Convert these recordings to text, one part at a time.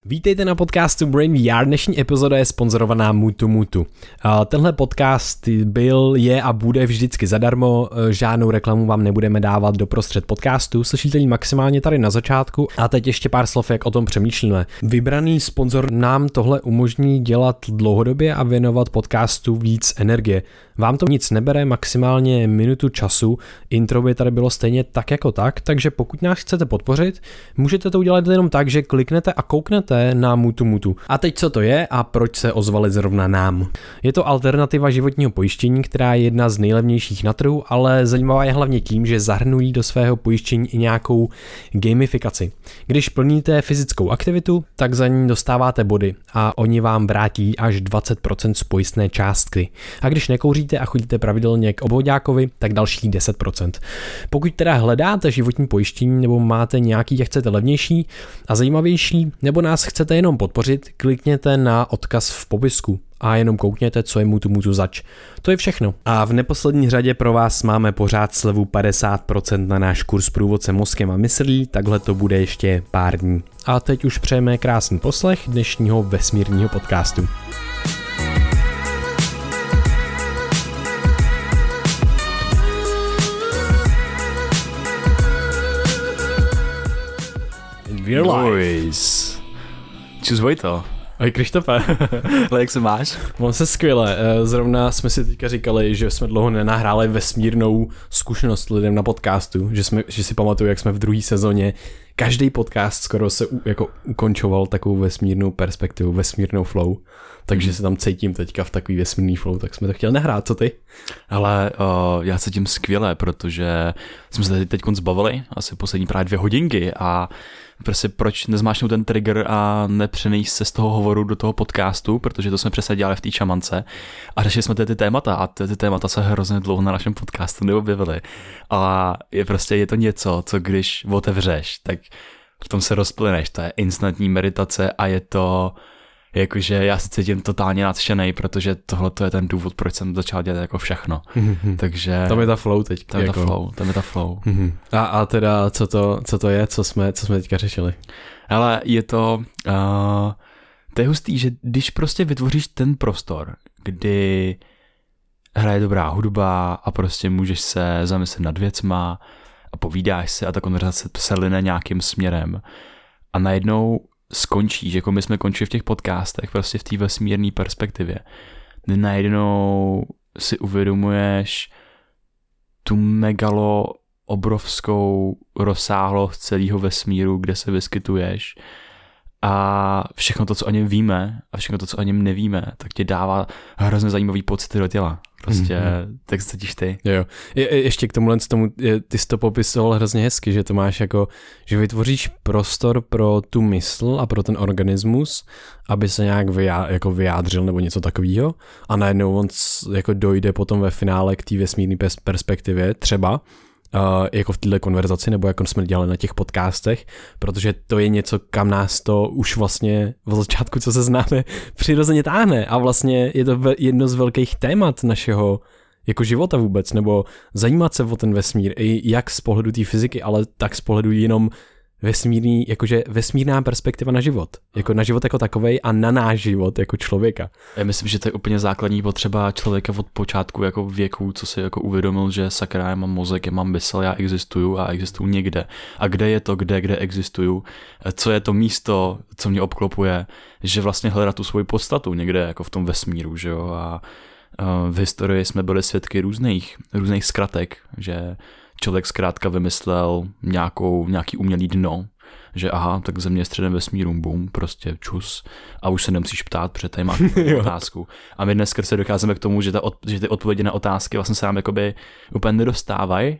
Vítejte na podcastu Brain VR. Dnešní epizoda je sponzorovaná Mutu. Tenhle podcast je a bude vždycky zadarmo, žádnou reklamu vám nebudeme dávat doprostřed podcastu, slyšíte ji maximálně tady na začátku a teď ještě pár slov, jak o tom přemýšlíme. Vybraný sponzor nám tohle umožní dělat dlouhodobě a věnovat podcastu víc energie. Vám to nic nebere, maximálně minutu času, intro by tady bylo stejně tak jako tak, takže pokud nás chcete podpořit, můžete to udělat jenom tak, že kliknete a kouknete na Mutu. A teď co to je a proč se ozvali zrovna nám? Je to alternativa životního pojištění, která je jedna z nejlevnějších na trhu, ale zajímavá je hlavně tím, že zahrnují do svého pojištění i nějakou gamifikaci. Když plníte fyzickou aktivitu, tak za ní dostáváte body a oni vám vrátí až 20% z pojistné částky. A když nekouříte a chodíte pravidelně k obvoďákovi, tak další 10%. Pokud teda hledáte životní pojištění nebo máte nějaký, jak chcete levnější a zajímavější, nebo nás chcete jenom podpořit, klikněte na odkaz v popisku a jenom koukněte, co je Mutu zač. To je všechno. A v neposlední řadě pro vás máme pořád slevu 50% na náš kurz Průvodce mozkem a myslí, takhle to bude ještě pár dní. A teď už přejeme krásný poslech dnešního vesmírního podcastu. Boys. Čus Vojto. Ahoj Krištofe. Ale jak se máš? Mám se skvěle. Zrovna jsme si teďka říkali, že jsme dlouho nenahráli vesmírnou zkušenost lidem na podcastu, že si pamatuju, jak jsme v druhé sezóně každý podcast skoro se ukončoval takovou vesmírnou perspektivu, vesmírnou flow. Takže se tam cítím teďka v takový vesmírný flow, tak jsme to chtěli nahrát, co ty? Ale já se tím skvěle, protože jsme se teď zbavili asi poslední právě 2 hodinky a prostě proč nezmáčknout ten trigger a nepřenést se z toho hovoru do toho podcastu, protože to jsme přesně dělali v té čamance a řešili jsme ty témata a ty témata se hrozně dlouho na našem podcastu neobjevily. A je to něco, co když otevřeš, tak v tom se rozplyneš, to je instantní meditace a je to jakože já se cítím totálně nadšenej, protože tohle to je ten důvod, proč jsem začal dělat jako všechno. Takže tam je ta flow teď. Tam je ta flow. A teda co to je, co jsme teďka řešili? Ale je to je hustý, že když prostě vytvoříš ten prostor, kdy hraje dobrá hudba a prostě můžeš se zamyslet nad věcma a povídáš se a ta konverzace se line nějakým směrem a najednou skončíš, jako my jsme končili v těch podcastech, prostě v té vesmírné perspektivě, kdy najednou si uvědomuješ tu obrovskou rozsáhlost celého vesmíru, kde se vyskytuješ a všechno to, co o něm víme a všechno to, co o něm nevíme, tak ti dává hrozně zajímavý pocity do těla. Prostě, tak se cítíš ty. Jo. Ještě k tomu, ty jsi to popisoval hrozně hezky, že to máš jako, že vytvoříš prostor pro tu mysl a pro ten organismus, aby se nějak vyjádřil nebo něco takového a najednou on jako dojde potom ve finále k té vesmírné perspektivě třeba, jako v této konverzaci, nebo jako jsme dělali na těch podcastech, protože to je něco, kam nás to už vlastně v začátku, co se známe, přirozeně táhne a vlastně je to jedno z velkých témat našeho jako života vůbec, nebo zajímat se o ten vesmír, i jak z pohledu té fyziky, ale tak z pohledu jenom vesmírná perspektiva na život. Jako na život jako takovej a na náš život jako člověka. Já myslím, že to je úplně základní potřeba člověka od počátku jako věku, co si jako uvědomil, že sakra, já mám mozek, já mám mysl, já existuju a existuju někde. A kde je to, kde existuju? Co je to místo, co mě obklopuje? Že vlastně hledat tu svoji podstatu někde jako v tom vesmíru, že jo? A v historii jsme byli svědky různých zkratek, že člověk zkrátka vymyslel nějaký umělý dno, že aha, tak Země je středem vesmíru, bum, prostě čus a už se nemusíš ptát, protože tady máš otázku. A my dneska se docházíme k tomu, že ty odpovědi na otázky vlastně se nám jakoby úplně nedostávají.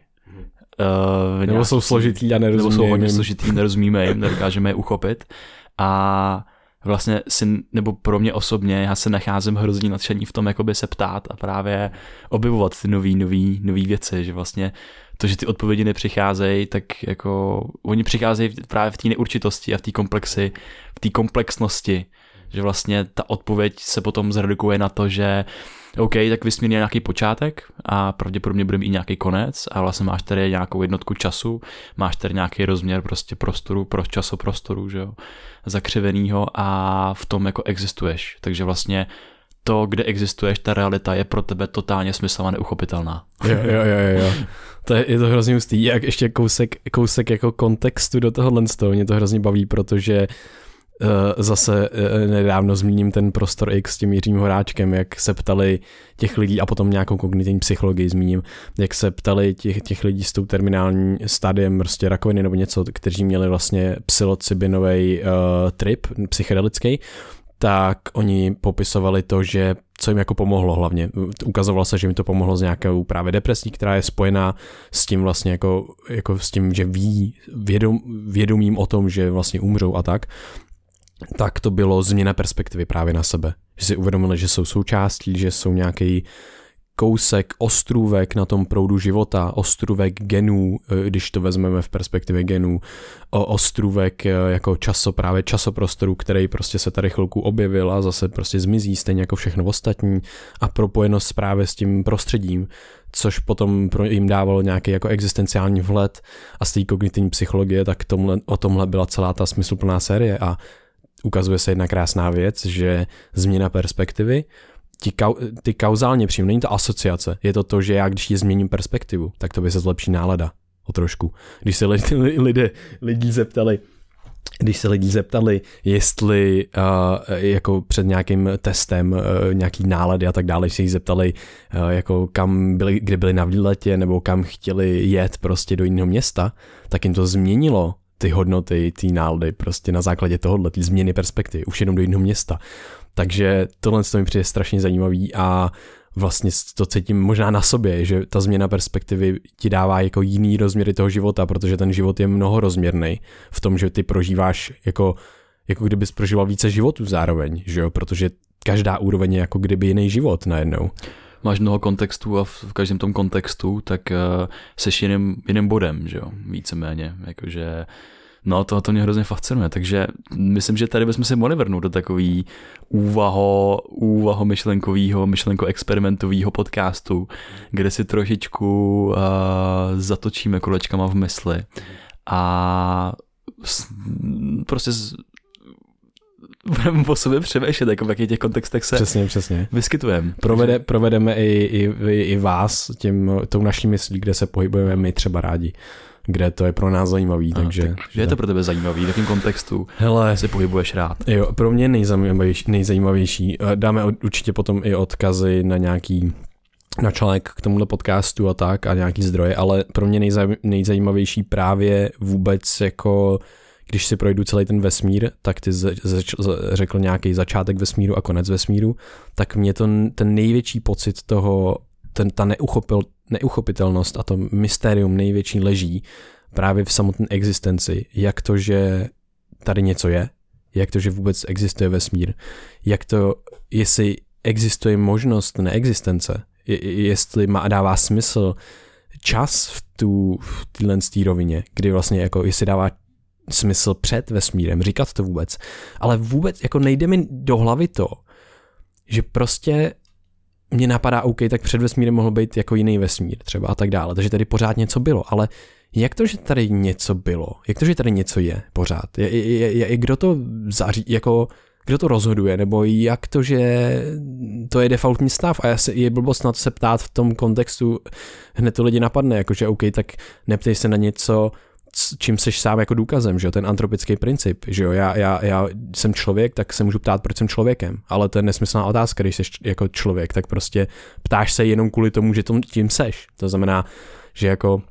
Nebo jsou složitý a nerozumíme. Nebo jsou hodně složitý, nerozumíme jim, nedokážeme je uchopit. A vlastně nebo pro mě osobně, já se nacházím hrozně nadšení v tom, jakoby se ptát a právě objevovat ty nový věci, že vlastně to, že ty odpovědi nepřicházejí, tak jako oni přicházejí právě v té neurčitosti a v té komplexnosti, Že vlastně ta odpověď se potom zredukuje na to, že OK, tak vesmír je nějaký počátek a pravděpodobně bude mít i nějaký konec a vlastně máš tady nějakou jednotku času, máš tady nějaký rozměr prostě prostoru, časoprostoru, že jo, zakřivenýho a v tom jako existuješ. Takže vlastně to, kde existuješ, ta realita je pro tebe totálně smyslová, neuchopitelná. Jo. Je to hrozně hustý. Jak ještě kousek jako kontextu do tohohle z toho, mě to hrozně baví, protože zase nedávno zmíním ten Prostor X s tím Jiřím Horáčkem, jak se ptali těch lidí, a potom nějakou kognitivní psychologii zmíním, jak se ptali těch lidí s tou terminální stadiem prostě rakoviny nebo něco, kteří měli vlastně psilocybinový trip psychedelický, tak oni popisovali to, že co jim jako pomohlo hlavně. Ukazovalo se, že jim to pomohlo s nějakou právě depresí, která je spojená s tím vlastně jako s tím, že vědomím o tom, že vlastně umřou a tak to bylo změna perspektivy právě na sebe. Že si uvědomili, že jsou součástí, že jsou nějaký kousek, ostrůvek na tom proudu života, ostrůvek genů, když to vezmeme v perspektivě genů, ostrůvek jako právě časoprostoru, který prostě se tady chvilku objevil a zase prostě zmizí, stejně jako všechno ostatní, a propojenost právě s tím prostředím, což potom jim dávalo nějaký jako existenciální vhled, a z té kognitivní psychologie, tak o tomhle byla celá ta smysluplná série a ukazuje se jedna krásná věc, že změna perspektivy, ty kauzálně přímo, není to asociace, je to, že já když změním perspektivu, tak to by se zlepší nálada o trošku. Když se lidi zeptali, jestli jako před nějakým testem nějaký nálady a tak dále, se jich zeptali, jako kde byli na výletě nebo kam chtěli jet prostě do jiného města, tak jim to změnilo ty hodnoty, ty nálady prostě na základě tohohle, ty změny perspektivy, už jenom do jiného města. Takže tohle mi přijde strašně zajímavý a vlastně to cítím možná na sobě, že ta změna perspektivy ti dává jako jiný rozměry toho života, protože ten život je mnohorozměrný v tom, že ty prožíváš jako kdybys prožíval více životů zároveň, že jo, protože každá úroveň je jako kdyby jiný život najednou. Máš mnoho kontextů a v každém tom kontextu tak seš jiným bodem, že jo, víceméně, jakože no to mě hrozně fascinuje, takže myslím, že tady bychom se mohli vrnout do takový úvaho myšlenko-experimentového podcastu, kde si trošičku zatočíme kolečkama v mysli a prostě budeme po sobě přemýšlet, jako v jakých těch kontextech se přesně. vyskytujeme. Provedeme i vás tou naší myslí, kde se pohybujeme my třeba rádi, kde to je pro nás zajímavý. Takže je to pro tebe zajímavý, v jakém kontextu se pohybuješ rád? Jo, pro mě nejzajímavější. Dáme určitě potom i odkazy na článek k tomuhle podcastu a nějaký zdroje, ale pro mě nejzajímavější právě vůbec jako když si projdu celý ten vesmír, tak ty řekl nějaký začátek vesmíru a konec vesmíru, tak mě ten největší pocit toho, ta neuchopitelnost a to mystérium největší leží právě v samotné existenci. Jak to, že tady něco je, jak to, že vůbec existuje vesmír, jestli existuje možnost neexistence, jestli dává smysl čas v téhle rovině, kdy vlastně jako jestli dává smysl před vesmírem, říkat to vůbec. Ale vůbec jako nejde mi do hlavy to, že prostě mě napadá, OK, tak před vesmírem mohl být jako jiný vesmír třeba a tak dále, takže tady pořád něco bylo, ale jak to, že tady něco bylo? Jak to, že tady něco je pořád? Kdo to kdo to rozhoduje? Nebo jak to, že to je defaultní stav? A je blbost na to se ptát v tom kontextu, hned to lidi napadne, jakože OK, tak neptej se na něco, čím seš sám jako důkazem, že jo, ten antropický princip, že jo, já jsem člověk, tak se můžu ptát, proč jsem člověkem, ale to je nesmyslná otázka, když jsi jako člověk, tak prostě ptáš se jenom kvůli tomu, že tím seš, to znamená, že jako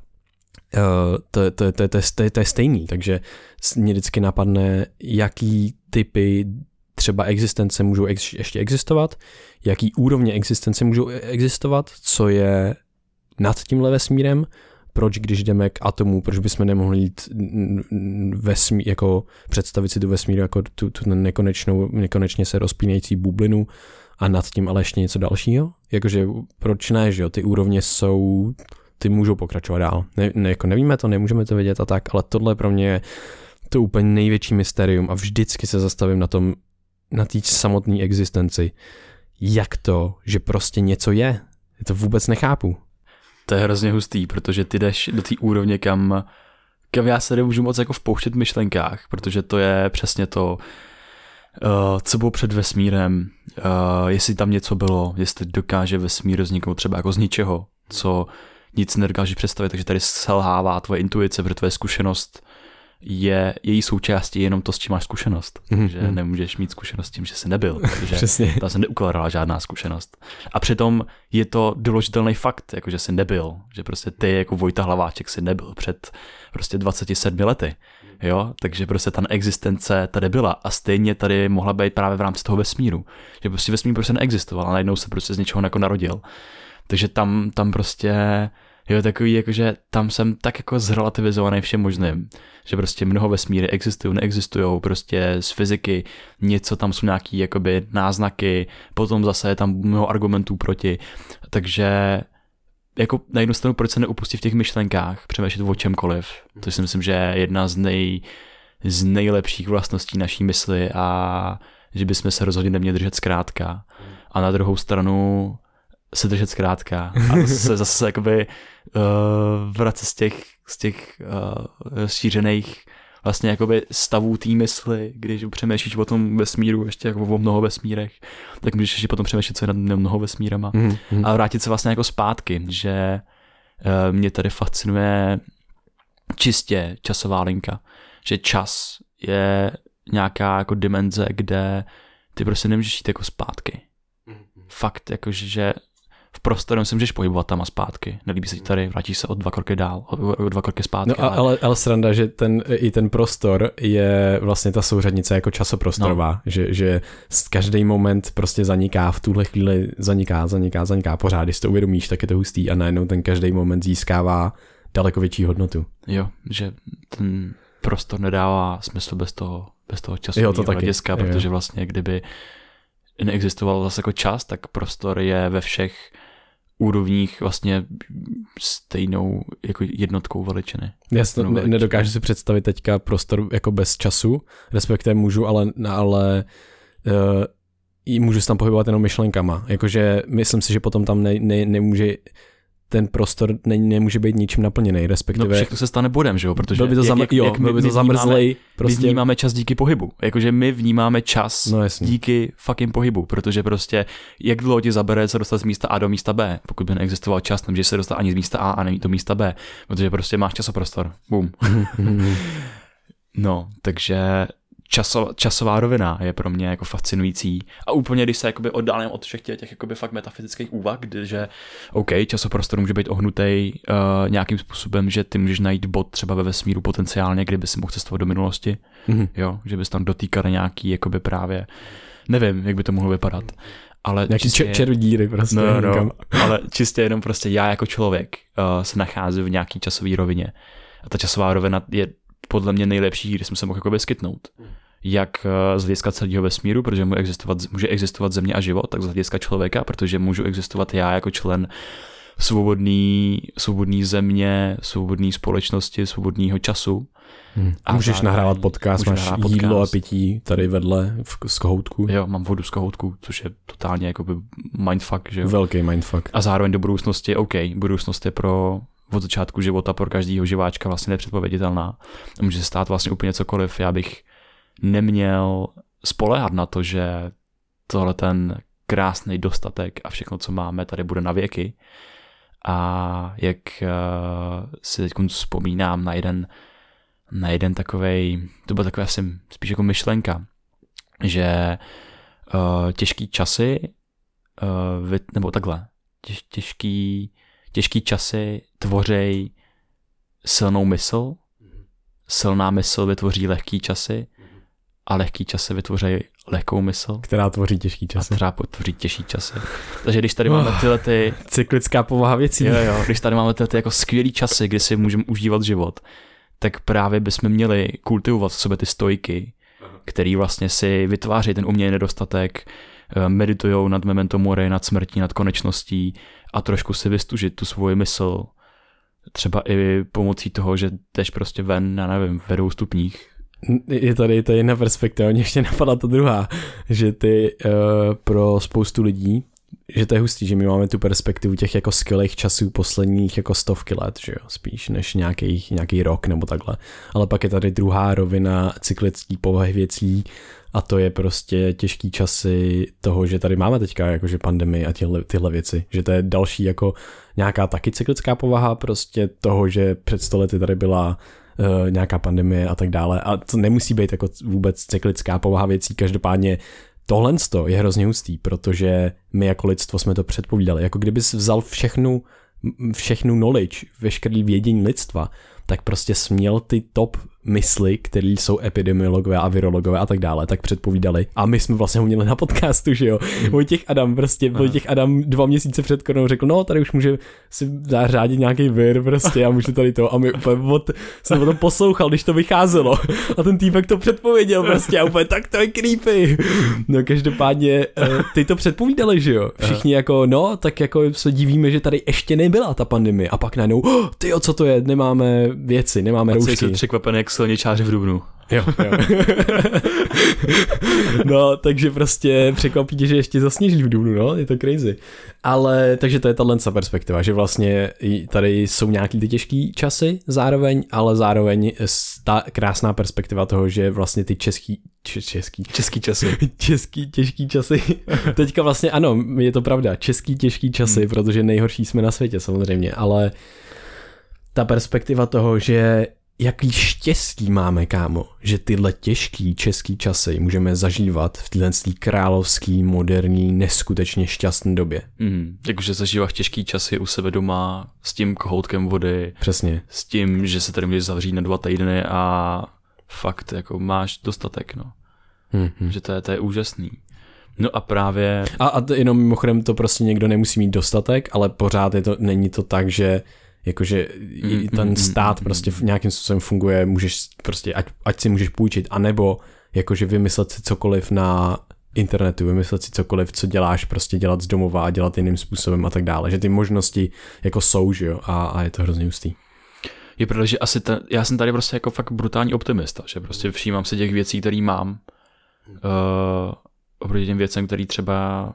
to je stejný, takže mě vždycky napadne, jaký typy třeba existence můžou ještě existovat, jaký úrovně existence můžou existovat, co je nad tímhle vesmírem, proč když jdeme k atomu, proč bychom nemohli jít vesmír, jako představit si tu vesmíru jako tu nekonečně se rozpínající bublinu a nad tím ale ještě něco dalšího? Jakože proč ne, že jo, ty úrovně ty můžou pokračovat dál. Jako nevíme to, nemůžeme to vědět a tak, ale tohle pro mě je to úplně největší mysterium a vždycky se zastavím na tom, na té samotné existenci. Jak to, že prostě něco je? Já to vůbec nechápu. To je hrozně hustý, protože ty jdeš do té úrovně, kam já se nemůžu moc jako vpouštět v myšlenkách, protože to je přesně to, co bylo před vesmírem, jestli tam něco bylo, jestli dokáže vesmír vzniknout třeba jako z ničeho, co nic nedokáže představit, takže tady selhává tvoje intuice, protože tvoje zkušenost je její součástí jenom to, s čím máš zkušenost. Takže nemůžeš mít zkušenost s tím, že jsi nebyl, protože tam se neukládala žádná zkušenost. A přitom je to doložitelný fakt, jako že jsi nebyl, že prostě ty jako Vojta Hlaváček jsi nebyl před prostě 27 lety. Jo? Takže prostě ta existence tady byla a stejně tady mohla být právě v rámci toho vesmíru. Že prostě vesmír prostě neexistoval a najednou se prostě z něčeho jako narodil. Takže tam prostě jo, takový, jakože tam jsem tak jako zrelativizovaný všem možným, že prostě mnoho vesmíry existují, neexistujou, prostě z fyziky, něco tam jsou nějaký jakoby náznaky, potom zase je tam mnoho argumentů proti, takže jako na jednu stranu proč se neupustit v těch myšlenkách, přemýšlet o čemkoliv, to si myslím, že je jedna z nejlepších vlastností naší mysli a že bychom se rozhodně neměli držet zkrátka. A na druhou stranu se držet zkrátka a zase jakoby vracet z těch šířených vlastně jakoby stavů té mysli, když přemýšlíš o tom vesmíru, ještě jako o mnoho vesmírech, tak můžeš ještě potom přemýšlet, co je nad mnoho vesmírama a vrátit se vlastně jako zpátky, že mě tady fascinuje čistě časová linka, že čas je nějaká jako dimenze, kde ty prostě nemůžeš jít jako zpátky. Fakt, jakože že v prostoru se můžeš pohybovat tam a zpátky. Nelíbí se ti tady, vrátíš se o 2 kroky dál, o 2 kroky zpátky. No ale sranda, že ten prostor je vlastně ta souřadnice jako časoprostorová, že každý moment prostě zaniká, v tuhle chvíli zaniká pořád. Když to uvědomíš, tak je to hustý a najednou ten každý moment získává daleko větší hodnotu. Jo, že ten prostor nedává smysl bez toho časového hlediska, protože vlastně kdyby neexistoval zase jako čas, tak prostor je ve všech úrovních vlastně stejnou jako jednotkou veličiny. Já nedokážu si představit teďka prostor jako bez času, respektive můžu, ale můžu se tam pohybovat jenom myšlenkama. Jakože myslím si, že potom tam nemůže ten prostor nemůže být ničím naplněný, respektive... No všechno se stane bodem, že jo, protože byl by to zamrzlej. My vnímáme čas díky pohybu, jakože my vnímáme čas díky fucking pohybu, protože prostě jak dlouho ti zabere se dostat z místa A do místa B, pokud by neexistoval čas, nemůžeš se dostat ani z místa A ani do místa B, protože prostě máš časoprostor, boom. No, takže časová rovina je pro mě jako fascinující a úplně když se jakoby oddálím od všech těch jakoby fakt metafyzických úvah, že OK, časoprostor může být ohnutý nějakým způsobem, že ty můžeš najít bod třeba ve vesmíru potenciálně, kdyby si mohl cestovat do minulosti, jo, že bys tam dotýkal nějaký jakoby právě, nevím, jak by to mohlo vypadat, ale nějaký čarodíry prostě. No, ale čistě jenom prostě já jako člověk se nacházím v nějaký časové rovině a ta časová rovina je podle mě nejlepší, kde jsem se mohl jako vyskytnout. Jak z hlediska celého vesmíru, protože může existovat země a život, tak z hlediska člověka, protože můžu existovat já jako člen svobodný země, svobodné společnosti, svobodného času. A můžeš nahrávat podcast, máš jídlo a pití tady vedle z kohoutku. Jo, mám vodu z kohoutku, což je totálně jakoby mindfuck, že jo. Velký mindfuck. A zároveň do budoucnosti, budoucnost je od začátku života pro každého živáčka vlastně nepředpověditelná. Může se stát vlastně úplně cokoliv. Já bych neměl spoléhat na to, že tohle ten krásný dostatek a všechno, co máme, tady bude na věky. A jak si teď vzpomínám na jeden takovej, to byl takový asi spíš jako myšlenka, že těžký časy, nebo takhle, těžký časy tvoří silnou mysl, silná mysl vytvoří lehký časy a lehký časy vytvoří lehkou mysl. Která tvoří těžký časy. A která tvoří těžší časy. Takže když tady máme tyhle ty... Cyklická povaha věcí. Jo, když tady máme tyhle ty jako skvělý časy, kdy si můžeme užívat život, tak právě bychom měli kultivovat v sobě ty stoiky, který vlastně si vytváří ten umělý nedostatek, meditujou nad memento mori, nad smrtí, nad konečností a trošku si vystužit tu svoji mysl. Třeba i pomocí toho, že jdeš prostě ven, já nevím, ve 2 stupních Je tady to jedna perspektiva, mě ještě napadla ta druhá, že ty pro spoustu lidí, že to je hustý, že my máme tu perspektivu těch jako skvělých časů posledních jako 100 let, že jo, spíš než nějaký rok nebo takhle. Ale pak je tady druhá rovina cyklický povahy věcí a to je prostě těžký časy toho, že tady máme teďka jakože pandemii a tyhle věci, že to je další jako nějaká taky cyklická povaha prostě toho, že před 100 lety tady byla nějaká pandemie a tak dále a to nemusí být jako vůbec cyklická povaha věcí, každopádně tohle je hrozně hustý, protože my jako lidstvo jsme to předpovídali. Jako kdybys vzal všechnu knowledge, veškerý vědění lidstva, tak prostě směl ty top mysli, který jsou epidemiologové a virologové a tak dále, tak předpovídali. A my jsme vlastně ho měli na podcastu, že jo. Vojtěch Adam 2 měsíce před koronou řekl, no tady už může si zařádit nějaký vir prostě a může tady to. A my úplně jsem o tom poslouchal, když to vycházelo. A ten týpek to předpověděl prostě a úplně tak to je creepy. No každopádně ty to předpovídali, že jo. Všichni jako no, tak jako se divíme, že tady ještě nebyla ta pandemie. A pak najednou, tyjo, co to je, nemáme věci, nemáme roušky. Jsem překvapený, jak silničáři v Dubnu. Jo. No, takže prostě překvapí tě, že ještě zasněží v Dubnu, no, je to crazy. Ale, takže to je tato perspektiva, že vlastně tady jsou nějaký ty těžký časy zároveň, ale zároveň ta krásná perspektiva toho, že vlastně ty těžký časy. Teďka vlastně ano, je to pravda, těžký časy, protože nejhorší jsme na světě samozřejmě, ale ta perspektiva toho, že jaký štěstí máme, kámo, že tyhle těžký český časy můžeme zažívat v téhle královský, moderní, neskutečně šťastné době. Jakože zažíváš těžký časy u sebe doma s tím kohoutkem vody. Přesně. S tím, že se tady můžeš zavřít na 2 týdny a fakt jako máš dostatek, no. Že to je úžasný. No a právě... A jenom mimochodem to prostě někdo nemusí mít dostatek, ale pořád není to tak, že jakože ten stát prostě v nějakým způsobem funguje, můžeš prostě, ať si můžeš půjčit, anebo jakože vymyslet si cokoliv na internetu, vymyslet si cokoliv, co děláš, prostě dělat z domova a dělat jiným způsobem a tak dále, že ty možnosti jako jsou, že jo, a je to hrozně hustý. Je pravda, že asi já jsem tady prostě jako fakt brutální optimista, že prostě všímám se těch věcí, které mám, oproti těm věcem, které třeba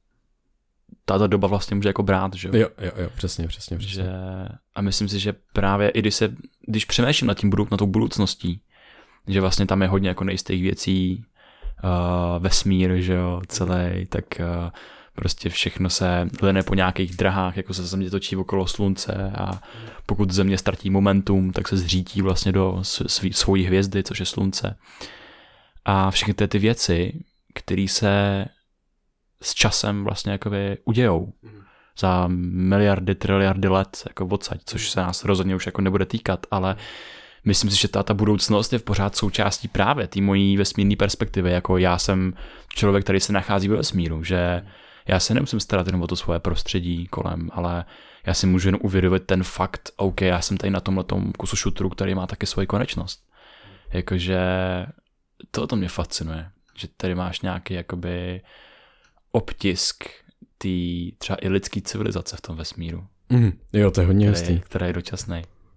ta doba vlastně může jako brát, že jo, přesně. Že, a myslím si, že právě i když přemýšlím nad tou budoucností, že vlastně tam je hodně jako nejistých věcí, vesmír, že jo, celý, tak prostě všechno se line po nějakých drahách, jako se země točí okolo slunce a pokud země ztratí momentum, tak se zřítí vlastně do svojí hvězdy, což je slunce. A všechny ty věci, které se s časem vlastně jakoby udějou za miliardy, triliardy let jako odsaď, což se nás rozhodně už jako nebude týkat, ale myslím si, že ta budoucnost je v pořád součástí právě té mojí vesmírné perspektivy, jako já jsem člověk, který se nachází ve vesmíru, že já se nemusím starat jenom o to svoje prostředí kolem, ale já si můžu jen uvědomit ten fakt, OK, já jsem tady na tomhletom kusu šutru, který má taky svoji konečnost. Jakože to mě fascinuje, že tady máš nějaký jakoby obtisk té třeba i lidské civilizace v tom vesmíru. Jo, to je hodně hustý. Který je dočasný.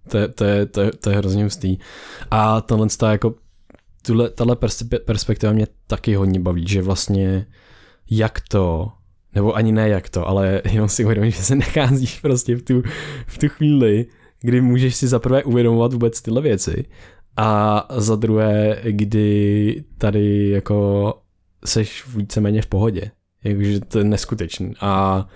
To je hrozně hustý. A tahle perspektiva mě taky hodně baví, že vlastně jak to, nebo ani ne jak to, ale jenom si uvědomit, že se nacházíš prostě v tu chvíli, kdy můžeš si zaprvé uvědomovat vůbec tyhle věci a za druhé, kdy tady jako seš víceméně v pohodě. Jakože to je neskutečný. A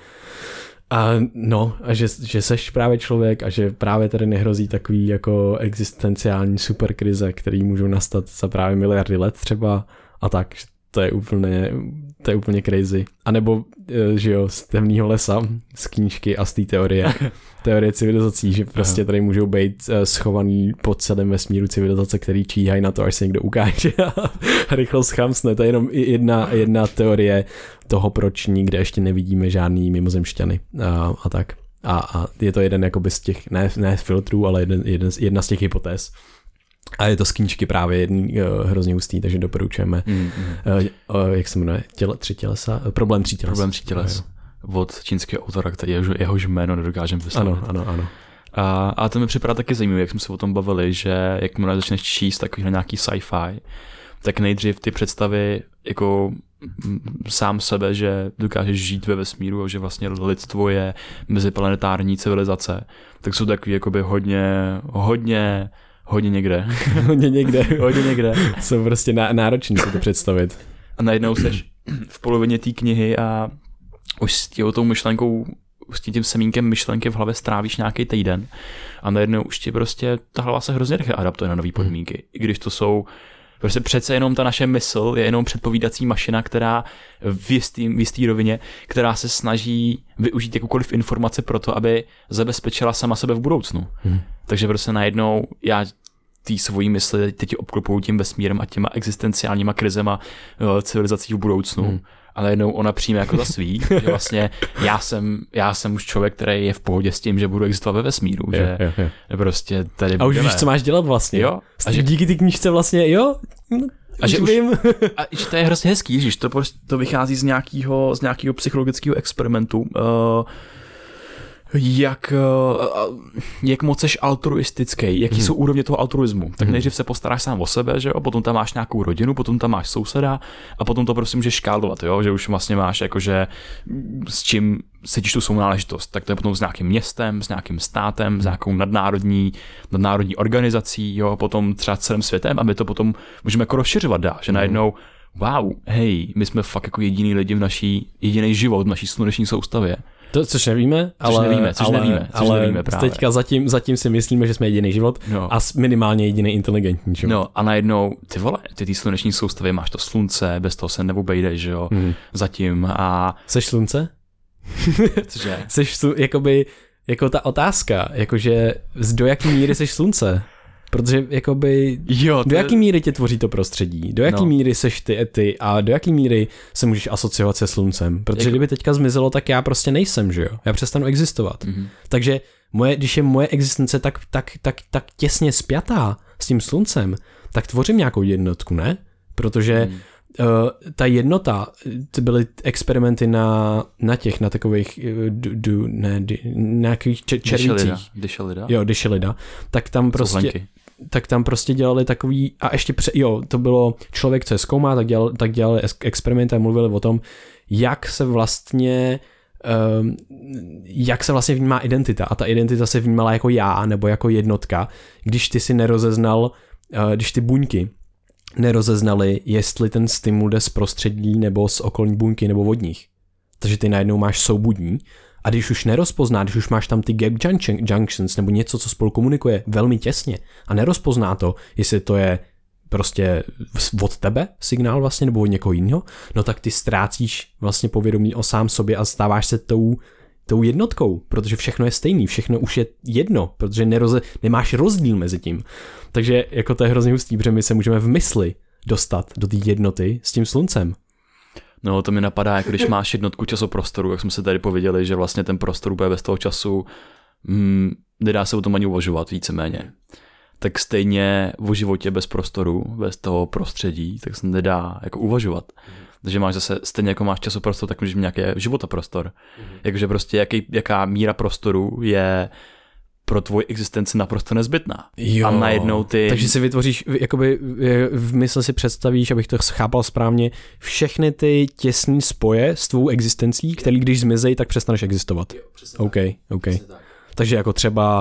že seš právě člověk a že právě tady nehrozí takový jako existenciální superkrize, který můžou nastat za právě miliardy let třeba a tak. To je úplně crazy. A nebo, že jo, z temného lesa, z knížky a z té teorie civilizací, že prostě tady můžou být schovaný po celém vesmíru civilizace, který číhají na to, až se někdo ukáže a rychlo schamsne. To je jenom jedna teorie toho, proč nikde ještě nevidíme žádný mimozemšťany a tak. A je to jeden jakoby z těch, ne filtrů, ale jedna z těch hypotéz. A je to z knížky právě hrozně hustý, takže doporučujeme. Jak se jmenuje? 3 tělesa? Problém 3 těles. Problém 3 těles. Od čínského autora, který jehož jméno nedokážeme vyslovit. Ano. A to mi připadá taky zajímavé, jak jsme se o tom bavili, že jakmile začneš číst takovýhle nějaký sci-fi, tak nejdřív ty představy jako sám sebe, že dokážeš žít ve vesmíru a že vlastně lidstvo je meziplanetární civilizace, tak jsou takový jakoby hodně někde. Hodně někde. Jsou prostě náročný si to představit. A najednou seš v polovině té knihy a už s tou myšlenkou, s tím semínkem myšlenky v hlavě strávíš nějaký týden a najednou už ti prostě ta hlava se hrozně rychle adaptuje na nový podmínky. I když to jsou prostě přece jenom ta naše mysl je jenom předpovídací mašina, která v jistý rovině, která se snaží využít jakoukoliv informace pro to, aby zabezpečila sama sebe v budoucnu. Takže prostě najednou já tý svojí mysli teď obklopují tím vesmírem a těma existenciálníma krizema civilizací v budoucnu. A najednou ona přijme jako za svý, že vlastně já jsem už člověk, který je v pohodě s tím, že budu existovat ve vesmíru, že prostě tady budeme. A už víš, co máš dělat vlastně. Jo. A že díky ty knížce vlastně, jo. A že to je hrozně hezký, že to vychází z nějakého psychologického experimentu, jak moc seš altruistický, jaký jsou úrovně toho altruismu. Tak nejdřív se postaráš sám o sebe, že jo, potom tam máš nějakou rodinu, potom tam máš souseda a potom to prostě můžeš škálovat, jo, že už vlastně máš jakože s čím cítíš tu sounáležitost, tak to je potom s nějakým městem, s nějakým státem, s nějakou nadnárodní organizací, jo, potom třeba celým světem a my to potom můžeme jako rozšiřovat dál, že najednou wow, hej, my jsme fakt jako jediný lidi jediný život v naší sluneční soustavě. To, což nevíme, ale právě. Teďka zatím si myslíme, že jsme jediný život a minimálně jediný inteligentní život. No a najednou, ty vole, ty sluneční soustavy máš to slunce, bez toho se neobejdeš, že jo, zatím a... Seš slunce? Cože? Seš jakoby, jako ta otázka, jakože do jaký míry seš slunce? Protože jakoby, do jaký míry tě tvoří to prostředí, do jaký míry seš ty a do jaký míry se můžeš asociovat se sluncem, protože kdyby teďka zmizelo, tak já prostě nejsem, že jo, já přestanu existovat. Takže když je moje existence tak těsně spjatá s tím sluncem, tak tvořím nějakou jednotku, ne? Protože ta jednota, to byly experimenty na takových nějakých červících. Dyšelida. Tak tam prostě dělali takový, a ještě to bylo člověk, co je zkoumá, tak dělali experimenty a mluvili o tom, jak se vlastně vnímá identita. A ta identita se vnímala jako já, nebo jako jednotka, když ty si nerozeznal, když ty buňky nerozeznali, jestli ten stimul jde z prostředí nebo z okolní buňky nebo od nich. Takže ty najednou máš soubudní a když už nerozpozná, když už máš tam ty gap junctions nebo něco, co spolu komunikuje velmi těsně a nerozpozná to, jestli to je prostě od tebe signál vlastně nebo od někoho jiného, no tak ty ztrácíš vlastně povědomí o sám sobě a stáváš se tou jednotkou, protože všechno je stejný, všechno už je jedno, protože nemáš rozdíl mezi tím. Takže jako to je hrozně hustý, protože my se můžeme v mysli dostat do té jednoty s tím sluncem. No to mi napadá, jako když máš jednotku časoprostoru, jak jsme se tady pověděli, že vlastně ten prostor bude bez toho času, nedá se o tom ani uvažovat víceméně. Tak stejně o životě bez prostoru, bez toho prostředí, tak se nedá jako uvažovat. Takže máš zase, stejně jako máš časoprostor, tak můžeš mít nějaký životoprostor. Jakože prostě jaká míra prostoru je pro tvoji existenci naprosto nezbytná. Jo. A najednou ty... Takže si vytvoříš, jakoby v mysli si představíš, abych to chápal správně, všechny ty těsné spoje s tvou existencí, které když zmizejí, tak přestaneš existovat. Jo, OK. Takže jako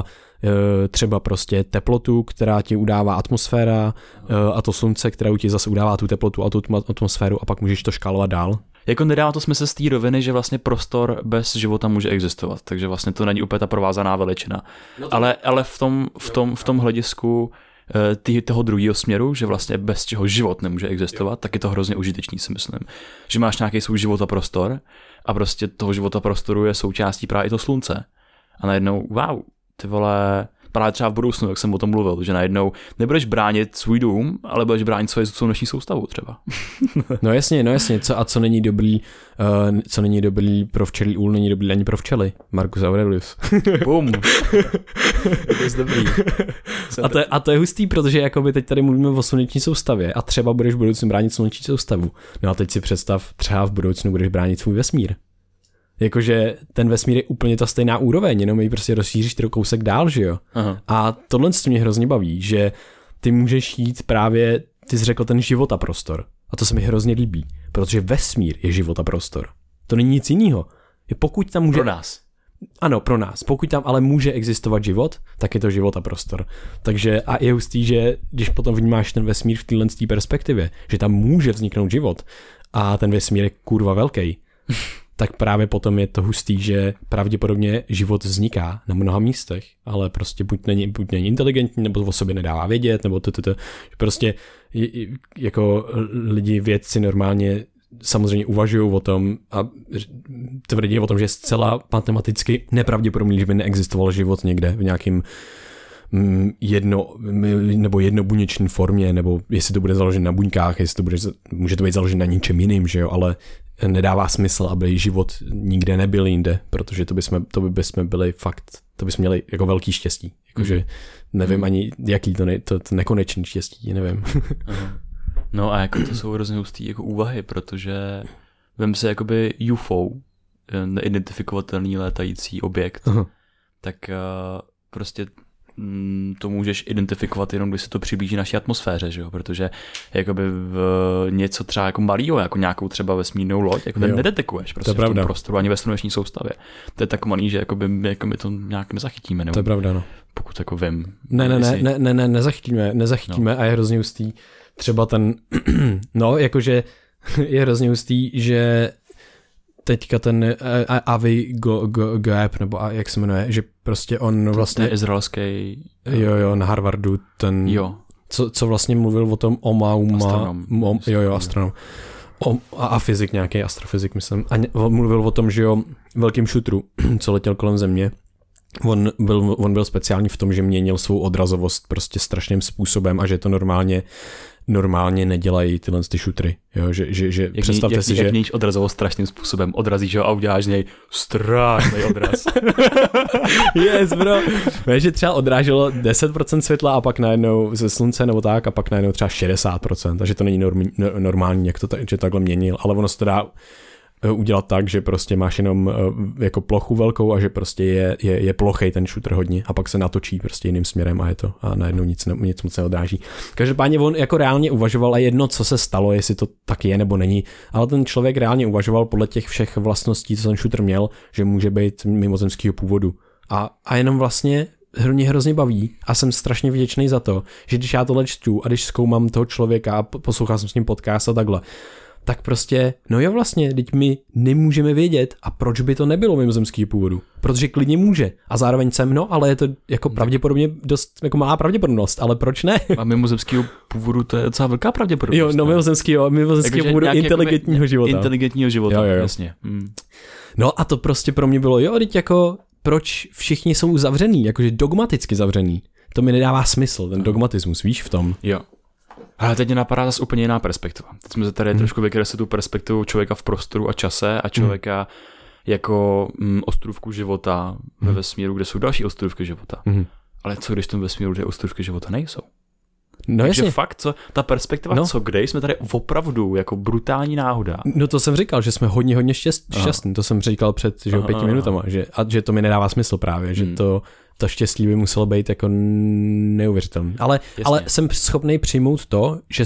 třeba prostě teplotu, která ti udává atmosféra a to slunce, která ti zase udává tu teplotu a tu atmosféru a pak můžeš to škálovat dál. Jako nedává to smysl z té roviny, že vlastně prostor bez života může existovat, takže vlastně to není úplně ta provázaná veličina. Ale v tom hledisku toho druhého směru, že vlastně bez čeho život nemůže existovat, tak je to hrozně užitečný, si myslím. Že máš nějaký svůj život a prostor a prostě toho života prostoru je součástí právě i to slunce. A najednou, wow, ty vole, právě třeba v budoucnu, jak jsem o tom mluvil, že najednou nebudeš bránit svůj dům, ale budeš bránit svoji sluneční soustavu třeba. No jasně, co není dobrý pro včelí úl, není dobrý ani pro včely. Marcus Aurelius. Bum. To je dobrý. A to je hustý, protože jakoby teď tady mluvíme o sluneční soustavě a třeba budeš v budoucnu bránit sluneční soustavu. No a teď si představ, třeba v budoucnu budeš bránit svůj vesmír. Jakože ten vesmír je úplně ta stejná úroveň, jenom ji prostě rozšíříš kousek dál, že jo. Aha. A tohle mě hrozně baví, že ty můžeš jít právě, ty jsi řekl ten život a prostor. A to se mi hrozně líbí, protože vesmír je život a prostor. To není nic jiného. Pokud tam může... Pro nás. Ano, pro nás. Pokud tam ale může existovat život, tak je to život a prostor. Takže a je hustý, že když potom vnímáš ten vesmír v téhle perspektivě, že tam může vzniknout život a ten vesmír je kurva velký, tak právě potom je to hustý, že pravděpodobně život vzniká na mnoha místech, ale prostě buď není inteligentní, nebo o sobě nedává vědět, nebo prostě jako lidi, vědci normálně samozřejmě uvažují o tom a tvrdí o tom, že je zcela matematicky nepravděpodobný, že by neexistoval život někde v nějakým jednobuněčné formě, nebo jestli to bude založen na buňkách, jestli může to být založen na ničem jiným, že jo, ale nedává smysl, aby život nikde nebyl jinde, protože to bychom měli jako velký štěstí. Jakože nevím ani, jaký to nekonečný štěstí, nevím. No a jako to jsou hrozně hustý jako úvahy, protože vem si jakoby UFO, neidentifikovatelný létající objekt, tak prostě to můžeš identifikovat jenom, když se to přiblíží naší atmosféře, že jo? Protože jakoby něco třeba jako malýho, jako nějakou třeba vesmírnou loď, jako ten nedetekuješ prostě v tom prostoru ani ve sluneční soustavě. To je tak malý, že jakoby my to nějak nezachytíme. Nebo, to je pravda, no. Pokud jako vím. Ne, nezachytíme a je hrozně hustý. Třeba ten, no jakože je hrozně hustý, že teďka ten Avi Goeb, nebo jak se jmenuje, že prostě on vlastně... To je izraelský... Jo, na Harvardu, ten... Jo. Co vlastně mluvil o tom astronom. A fyzik, nějaký astrofyzik, myslím. A mluvil o tom, že jo, velkým šutru, co letěl kolem země. On byl speciální v tom, že měnil svou odrazovost prostě strašným způsobem a že to normálně nedělají tyhle ty šutry. Jo, že představte si, že... Jak měníš odrazovost strašným způsobem, odrazíš ho a uděláš z něj strašný odraz. Yes, bro. Víš, že třeba odráželo 10% světla a pak najednou ze slunce nebo tak a pak najednou třeba 60%, takže to není normální, jak to že takhle měnil, ale ono se to dá udělat tak, že prostě máš jenom jako plochu velkou a že prostě je plochej ten shooter hodně a pak se natočí prostě jiným směrem a je to a najednou nic moc neodráží. Každopádně on jako reálně uvažoval a jedno, co se stalo, jestli to tak je nebo není, ale ten člověk reálně uvažoval podle těch všech vlastností, co ten shooter měl, že může být mimozemského původu. A jenom vlastně mě hrozně baví a jsem strašně vděčný za to, že když já tohle čtu a když zkoumám toho člověka a poslouchal jsem s ním podcast a takhle, tak prostě, no jo vlastně, teď my nemůžeme vědět a proč by to nebylo mimozemského původu, protože klidně může a zároveň ale je to jako pravděpodobně dost jako malá pravděpodobnost, ale proč ne? A mimozemského původu to je docela velká pravděpodobnost. Jo, no mimozemského původu inteligentního života. Inteligentního života, jo. Jasně. No a to prostě pro mě bylo, teď jako proč všichni jsou zavřený, jakože dogmaticky zavřený. To mi nedává smysl, ten dogmatismus, víš v tom. Jo. Ale teď mě napadá zase úplně jiná perspektiva. Teď jsme se tady trošku vykresli tu perspektivu člověka v prostoru a čase a člověka jako ostrůvku života ve vesmíru, kde jsou další ostrůvky života. Ale co když v tom vesmíru, kde ostrůvky života nejsou? No takže jasně. Fakt, ta perspektiva, co kde, jsme tady opravdu jako brutální náhoda. No to jsem říkal, že jsme hodně šťastní, to jsem říkal před 5 minutama, že to mi nedává smysl právě, že to štěstí by muselo být jako neuvěřitelné. Ale jsem schopný přijmout to, že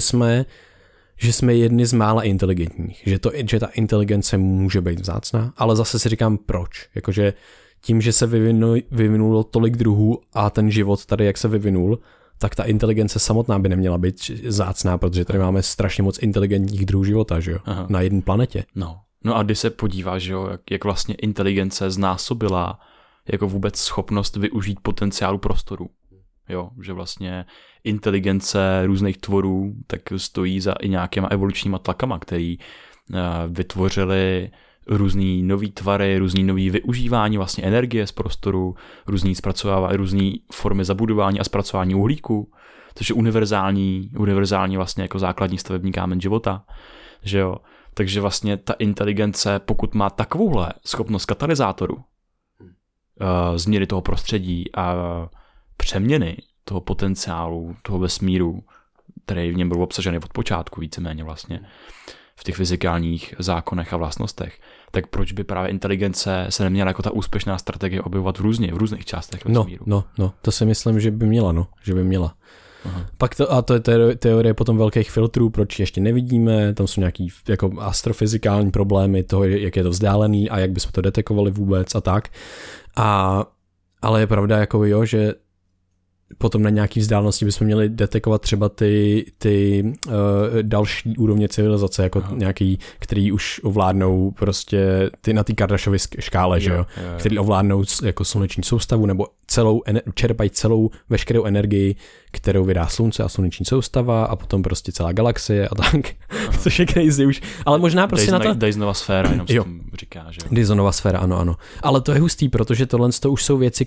jsme jedni z mála inteligentních, že ta inteligence může být vzácná, ale zase si říkám proč, jakože tím, že se vyvinulo tolik druhů a ten život tady, jak se vyvinul, tak ta inteligence samotná by neměla být vzácná, protože tady máme strašně moc inteligentních druhů života, že jo, na jedné planetě. No a když se podíváš, že jo, jak vlastně inteligence znásobila jako vůbec schopnost využít potenciálu prostoru. Jo, že vlastně inteligence různých tvorů tak stojí za i nějakýma evolučníma tlakama, který vytvořili různý nový tvary, různý nový využívání vlastně energie z prostoru, různý formy zabudování a zpracování uhlíku, což je univerzální vlastně jako základní stavební kámen života, že jo. Takže vlastně ta inteligence, pokud má takovouhle schopnost katalyzátoru, změny toho prostředí a přeměny toho potenciálu, toho vesmíru, který v něm byl obsažený od počátku víceméně vlastně, v těch fyzikálních zákonech a vlastnostech, tak proč by právě inteligence se neměla jako ta úspěšná strategie objevovat v různých částech vesmíru? No, to si myslím, že by měla. Aha. Pak to je teorie potom velkých filtrů, proč ještě nevidíme, tam jsou nějaký jako astrofyzikální problémy toho, jak je to vzdálený a jak bychom to detekovali vůbec a tak. Ale je pravda jako že potom na nějaký vzdálenosti bychom měli detekovat třeba ty další úrovně civilizace, jako nějaký, který už ovládnou prostě na té Kardashiově škále, že jo? Který ovládnou jako sluneční soustavu nebo čerpají celou veškerou energii, kterou vydá slunce a sluneční soustava a potom prostě celá galaxie a tak, což je crazy už, ale možná prostě na to... Dysonová sféra, jenom se tomu říká, že jo? Dysonová sféra, ano. Ale to je hustý, protože tohle už jsou věci,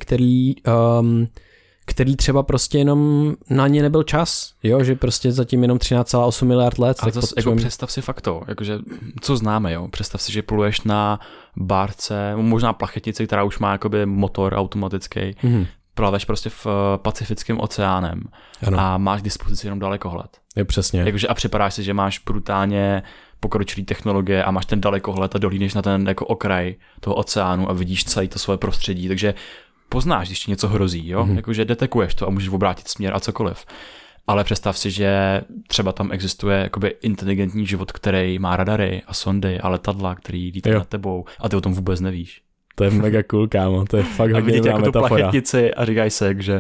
který třeba prostě jenom na ně nebyl čas, jo, že prostě zatím jenom 13,8 miliard let. Ale zase jako představ si fakt to, jakože, co známe, jo, představ si, že pluješ na bárce, možná plachetnici, která už má jakoby motor automatický, plaveš prostě v Pacifickém oceánem a máš k dispozici jenom dalekohled. Je přesně. Jakože a připadáš si, že máš brutálně pokročilý technologie a máš ten dalekohled a dohlídneš na ten jako okraj toho oceánu a vidíš celé to svoje prostředí, takže poznáš, když ti něco hrozí, jo? Jakože detekuješ to a můžeš obrátit směr a cokoliv. Ale představ si, že třeba tam existuje jakoby inteligentní život, který má radary a sondy a letadla, který lítají nad tebou a ty o tom vůbec nevíš. To je mega cool, kámo, to je fakt hodně dobrá jako metafora. A vidíte jako tu plachetnici a říkají se, že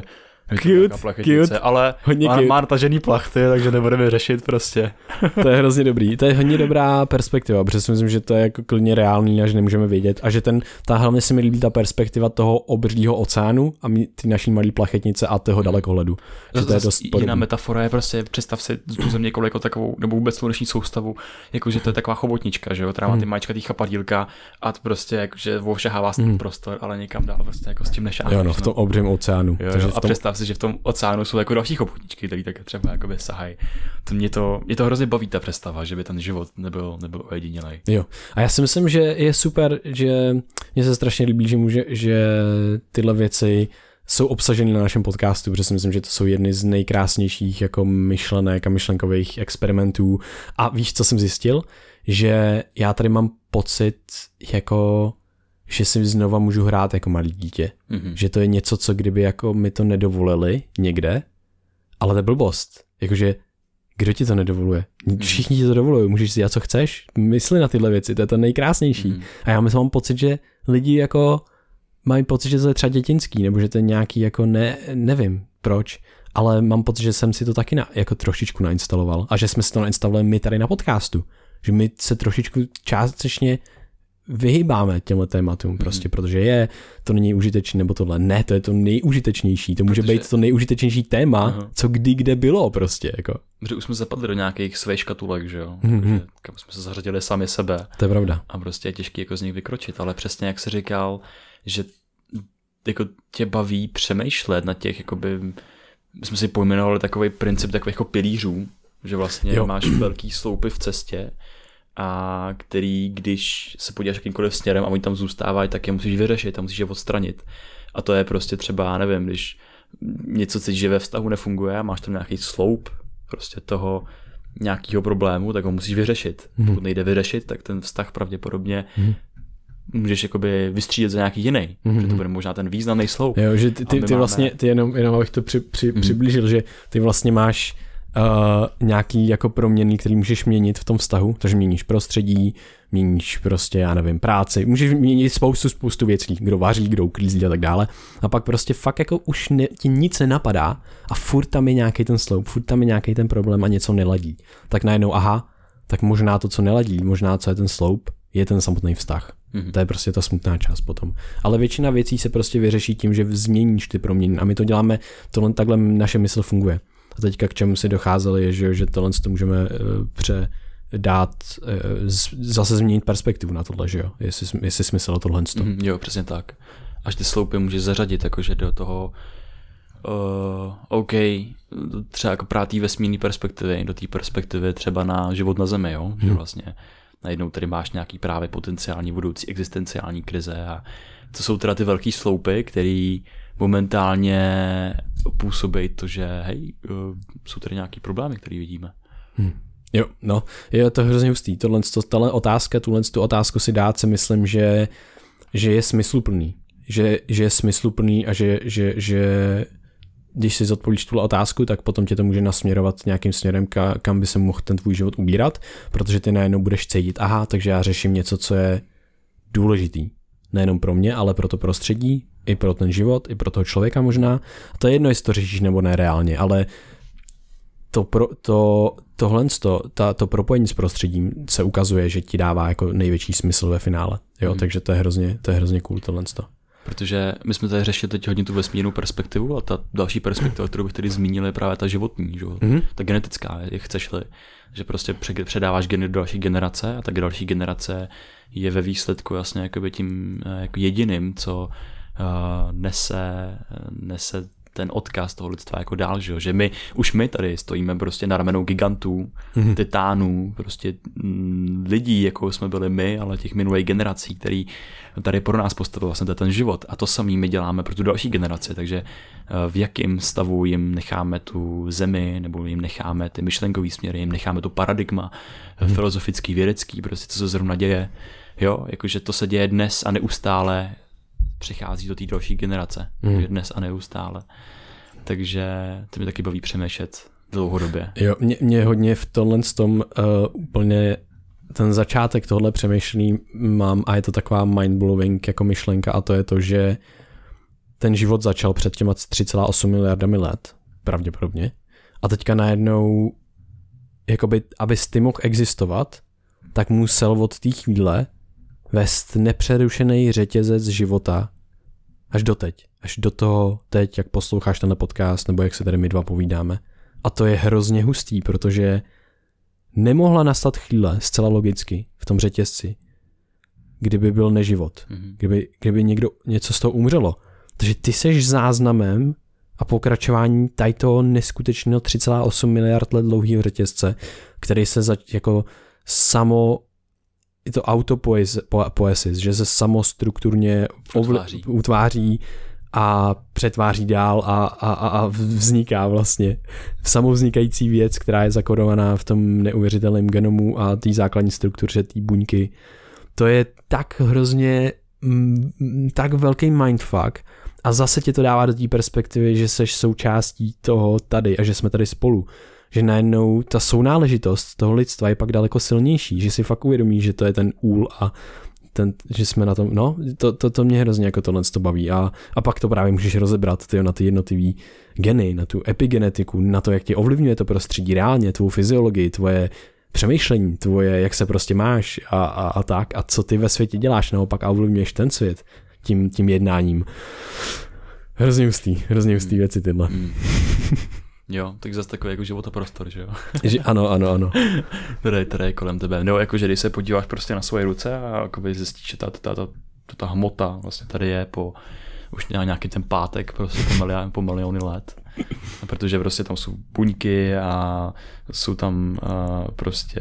cute, ale má natažený plachty, takže nebudeme řešit prostě. To je hrozně dobrý, to je hodně dobrá perspektiva, protože si myslím, že to je jako klidně reálný a že nemůžeme vědět a že hlavně se mi líbí ta perspektiva toho obřího oceánu a ty naší malý plachetnice a toho dalekohledu. To je dost jiná metafora je prostě, představ si tu země jako takovou, nebo vůbec sluneční soustavu, jakože to je taková chobotnička, že jo, která má ty maličkatý chapadílka a to prostě jakože ošahává ten prostor, ale někam dál prostě jako s tím nešáhneš. Jo, no, v tom obřím oceánu. A představ si, že v tom oceánu jsou jako další chobotničky, které tak třeba jakoby sahají. Mě to hrozně baví ta představa, že by ten život nebyl ojedinělej. Jo. A já si myslím, že je super, že mně se strašně líbí, že tyhle věci jsou obsaženy na našem podcastu, protože si myslím, že to jsou jedny z nejkrásnějších jako myšlenek a myšlenkových experimentů. A víš, co jsem zjistil? Že já tady mám pocit jako že si znova můžu hrát jako malý dítě. Že to je něco, co kdyby jako mi to nedovolili někde, ale to je blbost. Jakože, kdo ti to nedovoluje? Všichni ti to dovolují, můžeš si dělat, co chceš, mysli na tyhle věci, to je to nejkrásnější. A já mám pocit, že lidi jako mají pocit, že to je třeba dětinský, nebo že to je nějaký jako nevím proč, ale mám pocit, že jsem si to taky jako trošičku nainstaloval a že jsme si to nainstalovali my tady na podcastu. Že my se trošičku částečně vyhýbáme těmhle tématům prostě, protože to není užitečné, nebo tohle. Ne, to je to nejužitečnější. To může být to nejužitečnější téma, co kdy kde bylo prostě. Jako. Protože už jsme zapadli do nějakých svých škatulek, že jo? Kam jsme se zařadili sami sebe. To je pravda. A prostě je těžký jako z nich vykročit, ale přesně jak jsi říkal, že jako tě baví přemýšlet na těch, jakoby, jsme si pojmenovali takový princip takových jako pilířů, že vlastně máš velký sloupy v cestě, a který, když se podíváš jakýmkoliv směrem a oni tam zůstávají, tak je musíš vyřešit a musíš je odstranit. A to je prostě třeba, nevím, když něco cítíš, že ve vztahu nefunguje a máš tam nějaký sloup prostě toho nějakého problému, tak ho musíš vyřešit. Pokud nejde vyřešit, tak ten vztah pravděpodobně můžeš jakoby vystřídat za nějaký jiný, že to bude možná ten významný sloup. Jo, že ty vlastně, ty jenom abych to přiblížil, že ty vlastně máš nějaký jako proměny, který můžeš měnit v tom vztahu, takže měníš prostředí, měníš prostě, já nevím, práci, můžeš měnit spoustu věcí, kdo vaří, kdo uklízí a tak dále. A pak prostě fakt jako už ti nic nenapadá a furt tam je nějaký ten sloup, furt tam je nějaký ten problém a něco neladí. Tak najednou, tak možná to, co neladí, možná co je ten sloup, je ten samotný vztah. To je prostě ta smutná část potom. Ale většina věcí se prostě vyřeší tím, že změníš ty proměny a my to děláme, tohle takhle naše mysl funguje. A teďka k čemu si docházeli je, že tohle to můžeme zase změnit perspektivu na tohle, že jo? Jestli smysl tohle. Jo, přesně tak. Až ty sloupy můžeš zařadit jakože do toho třeba jako právě té vesmírné perspektivy, do té perspektivy třeba na život na Zemi, jo? Že vlastně najednou tady máš nějaký právě potenciální budoucí existenciální krize a to jsou teda ty velký sloupy, který momentálně působí to, že jsou tady nějaký problémy, které vidíme. Jo, no, je to hrozně hustý. Tahle otázka, tu otázku si dát, si myslím, že je smysluplný. Že je smysluplný a že když si zodpovíš tuhle otázku, tak potom tě to může nasměrovat nějakým směrem, kam by se mohl ten tvůj život ubírat, protože ty najednou budeš cítit, aha, takže já řeším něco, co je důležitý. Nejenom pro mě, ale pro to prostředí, i pro ten život, i pro toho člověka možná. A to je jedno, jestli to řešíš nebo ne reálně, ale to propojení s prostředím se ukazuje, že ti dává jako největší smysl ve finále. Jo, takže to je hrozně cool tohle. Protože my jsme tady řešili teď hodně tu vesmírnou perspektivu a ta další perspektiva, kterou bych tady zmínil, je právě ta životní, že? Ta genetická, jak chceš-li, že prostě předáváš geny do další generace a ta další generace je ve výsledku jasně jakoby tím jako jediným, co nese ten odkaz toho lidstva jako dál, že my tady stojíme prostě na ramenou gigantů, titánů, prostě lidí, jako jsme byli my, ale těch minulých generací, který tady pro nás postavil vlastně ten život. A to samý my děláme pro tu další generaci, takže v jakém stavu jim necháme tu zemi, nebo jim necháme ty myšlenkový směry, jim necháme to paradigma filozofický, vědecký, prostě co se zrovna děje. Jo, jakože to se děje dnes a neustále přichází do té další generace. Dnes a neustále. Takže to mi taky baví přemýšlet dlouhodobě. Jo, mě hodně v tomhle úplně ten začátek tohle přemýšlení mám a je to taková mindblowing jako myšlenka a to je to, že ten život začal před těma 3,8 miliardami let, pravděpodobně. A teďka najednou, jakoby, abys ty mohl existovat, tak musel od té chvíle vést nepřerušený řetězec života až doteď. Až do toho teď, jak posloucháš tenhle podcast, nebo jak se tady my dva povídáme. A to je hrozně hustý, protože nemohla nastat chvíle, zcela logicky, v tom řetězci, kdyby byl neživot. Kdyby něco z toho umřelo. Takže ty seš záznamem a pokračování toho neskutečného 3,8 miliard let dlouhého řetězce, který se jako je to autopoiesis, že se samostrukturně utváří a přetváří dál a vzniká vlastně samovznikající věc, která je zakodovaná v tom neuvěřitelném genomu a té základní struktuře té buňky. To je tak hrozně tak velký mindfuck a zase tě to dává do té perspektivy, že seš součástí toho tady a že jsme tady spolu. Že najednou ta sounáležitost toho lidstva je pak daleko silnější, že si fakt uvědomíš, že to je ten úl a že jsme na tom, no, to mě hrozně jako tohle to baví a pak to právě můžeš rozebrat na ty jednotlivý geny, na tu epigenetiku, na to, jak tě ovlivňuje to prostředí reálně, tvou fyziologii, tvoje přemýšlení, tvoje, jak se prostě máš a tak a co ty ve světě děláš naopak a ovlivňuješ ten svět tím jednáním. Hrozně hustý věci tyhle. Jo, tak zase takový jako životoprostor, že jo? Ano. Tady je kolem tebe. Nebo jakože když se podíváš prostě na svoje ruce a jakoby zjistíš, že ta hmota vlastně tady je už nějaký ten pátek prostě po miliony let. Protože prostě tam jsou buňky a jsou tam prostě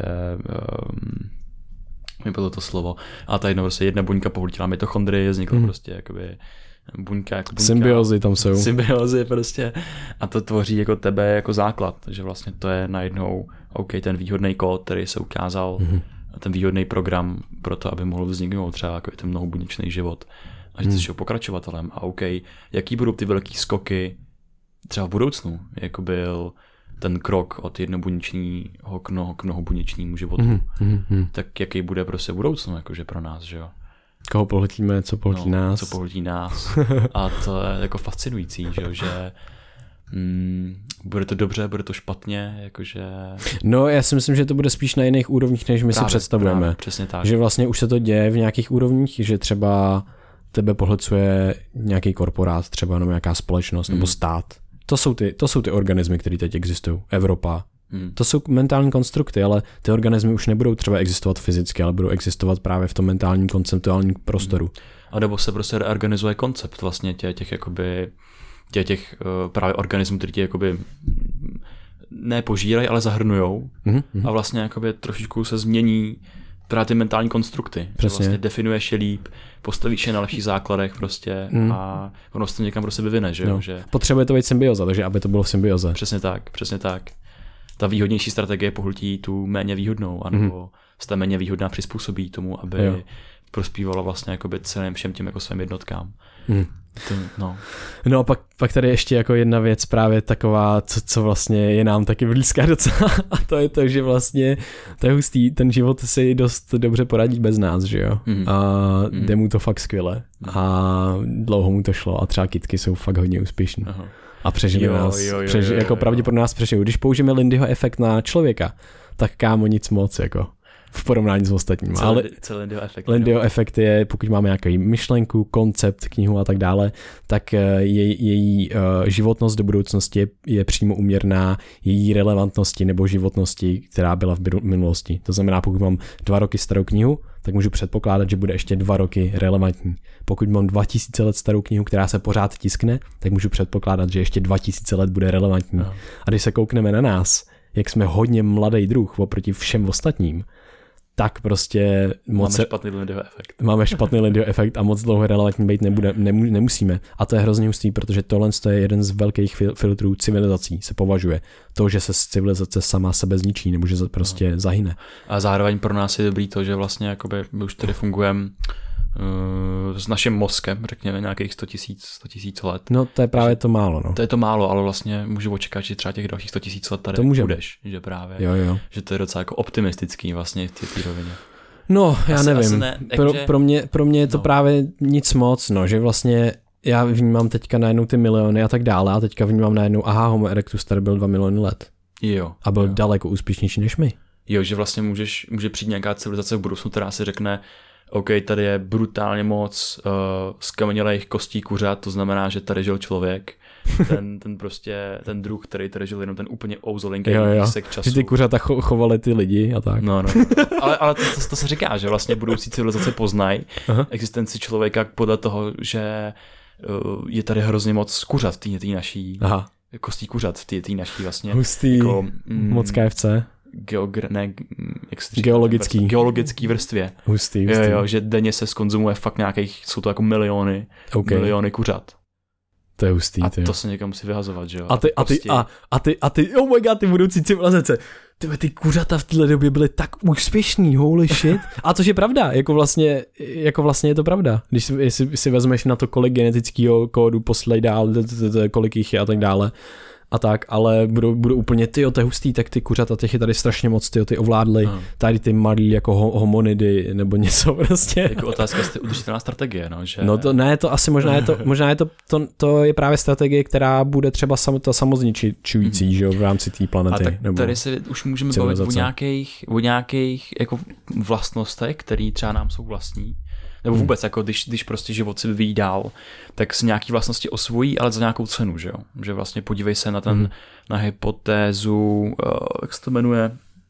mi bylo to slovo. A ta jedna buňka pohltila mitochondrie, vznikla prostě jakoby buňka. Symbiozy tam jsou. Symbiozy prostě. A to tvoří jako tebe jako základ. Takže vlastně to je najednou ten výhodný kód, který se ukázal, ten výhodný program pro to, aby mohl vzniknout třeba jako ten mnohobuněčný život. A že jsi pokračovatelem. A jaký budou ty velký skoky třeba v budoucnu, jako byl ten krok od jednobuněčního k mnohobuněčnímu životu. Tak jaký bude prostě v budoucnu jakože pro nás, že jo? Koho pohltíme, co pohltí nás. Co pohltí nás. A to je jako fascinující, že bude to dobře, bude to špatně, jakože... No, já si myslím, že to bude spíš na jiných úrovních, než my si představujeme. Právě, přesně tak. Že vlastně už se to děje v nějakých úrovních, že třeba tebe pohlcuje nějaký korporát, třeba nebo nějaká společnost, nebo stát. To jsou ty organismy, které teď existují. Evropa. To jsou mentální konstrukty, ale ty organismy už nebudou třeba existovat fyzicky, ale budou existovat právě v tom mentálním konceptuálním prostoru. A nebo se prostě reorganizuje koncept vlastně těch právě organismů, který tě jakoby nepožírají, ale zahrnujou a vlastně jakoby trošičku se změní právě ty mentální konstrukty. Vlastně definuješ je líp, postavíš je na lepších základech prostě a ono se to někam prostě vyvine, že jo? Že... Potřebuje to být symbioza, takže aby to bylo v symbioze. Přesně tak. ta výhodnější strategie pohltí tu méně výhodnou, anebo se ta méně výhodná přizpůsobí tomu, aby prospívala vlastně jakoby celým všem těm jako svým jednotkám. No a pak tady ještě jako jedna věc právě taková, co vlastně je nám taky blízká docela, a to je to, že vlastně to je hustý, ten život si dost dobře poradí bez nás, že jo? A jde mu to fakt skvěle a dlouho mu to šlo a třeba kytky jsou fakt hodně úspěšný. A přežili nás, jako pravděpodobně nás přežijou. Když použijeme Lindyho efekt na člověka, tak kámo nic moc, jako v porovnání s ostatními. Ale Lindyho efekt je, pokud máme nějakou myšlenku, koncept, knihu a tak dále, tak její životnost do budoucnosti je přímo úměrná její relevantnosti nebo životnosti, která byla v minulosti. To znamená, pokud mám 2 roky starou knihu, tak můžu předpokládat, že bude ještě 2 roky relevantní. Pokud mám 2000 let starou knihu, která se pořád tiskne, tak můžu předpokládat, že ještě 2000 let bude relevantní. A když se koukneme na nás, jak jsme hodně mladý druh oproti všem ostatním, tak prostě máme špatný Lindyho efekt a moc dlouho relevantní být nemusíme. A to je hrozně hustý, protože tohle je jeden z velkých filtrů civilizací, se považuje. To, že se civilizace sama sebe zničí, nebo že prostě zahyne. A zároveň pro nás je dobrý to, že vlastně jakoby my už tady fungujeme s naším mozkem, řekněme nějakých 100 000 let. No to je právě to málo. No. To je to málo, ale vlastně můžu očekat, že třeba těch dalších 100 000 let tady budeš. Že právě, že to je docela jako optimistický vlastně v té rovině. No, já nevím. Pro mě je to právě nic moc, no, že vlastně já vnímám teďka najednou ty miliony a tak dále a teďka vnímám najednou, Homo erectus tady byl 2 miliony let. A byl daleko úspěšnější než my. Že vlastně může přijít nějaká civilizace v budoucnu, která si řekne, OK, tady je brutálně moc skamenělých kostí kuřat, to znamená, že tady žil člověk, ten druh, který tady žil, jenom ten úplně ouzolinký výsek času. Že ty kuřata chovali ty lidi a tak. No. Ale to se říká, že vlastně budoucí civilizace poznají existenci člověka podle toho, že je tady hrozně moc kuřat v té naší kostí kuřat, v té naší vlastně. Hustý, jako, moc KFC. Geologický vrstvě. Hustý. Že denně se skonzumuje fakt nějakých, jsou to jako miliony kuřat. To je hustý. A to se někam musí vyhazovat, že jo? A ty, oh my god, ty budoucí civilizace. Ty kuřata v téhle době byly tak úspěšný, holy shit. A což je pravda, jako vlastně je to pravda. Když si vezmeš na to, kolik genetického kódu poslej dál, kolik jich je a tak dále. A tak, ale budou úplně to je hustý, tak ty kuřata, těch je tady strašně moc, ty ovládly tady ty malý jako homonidy nebo něco prostě. Jako otázka je udržitelná strategie, no, že... No to ne, to asi možná je to je právě strategie, která bude třeba samozničující, že jo, v rámci té planety. A tak tady se už můžeme bavit o nějakých jako vlastnostech, které třeba nám jsou vlastní. Nebo vůbec, jako když prostě život si vyvíjí dál, tak si nějaký vlastnosti osvojí, ale za nějakou cenu, že jo? Že vlastně podívej se na hypotézu, jak se to jmenuje,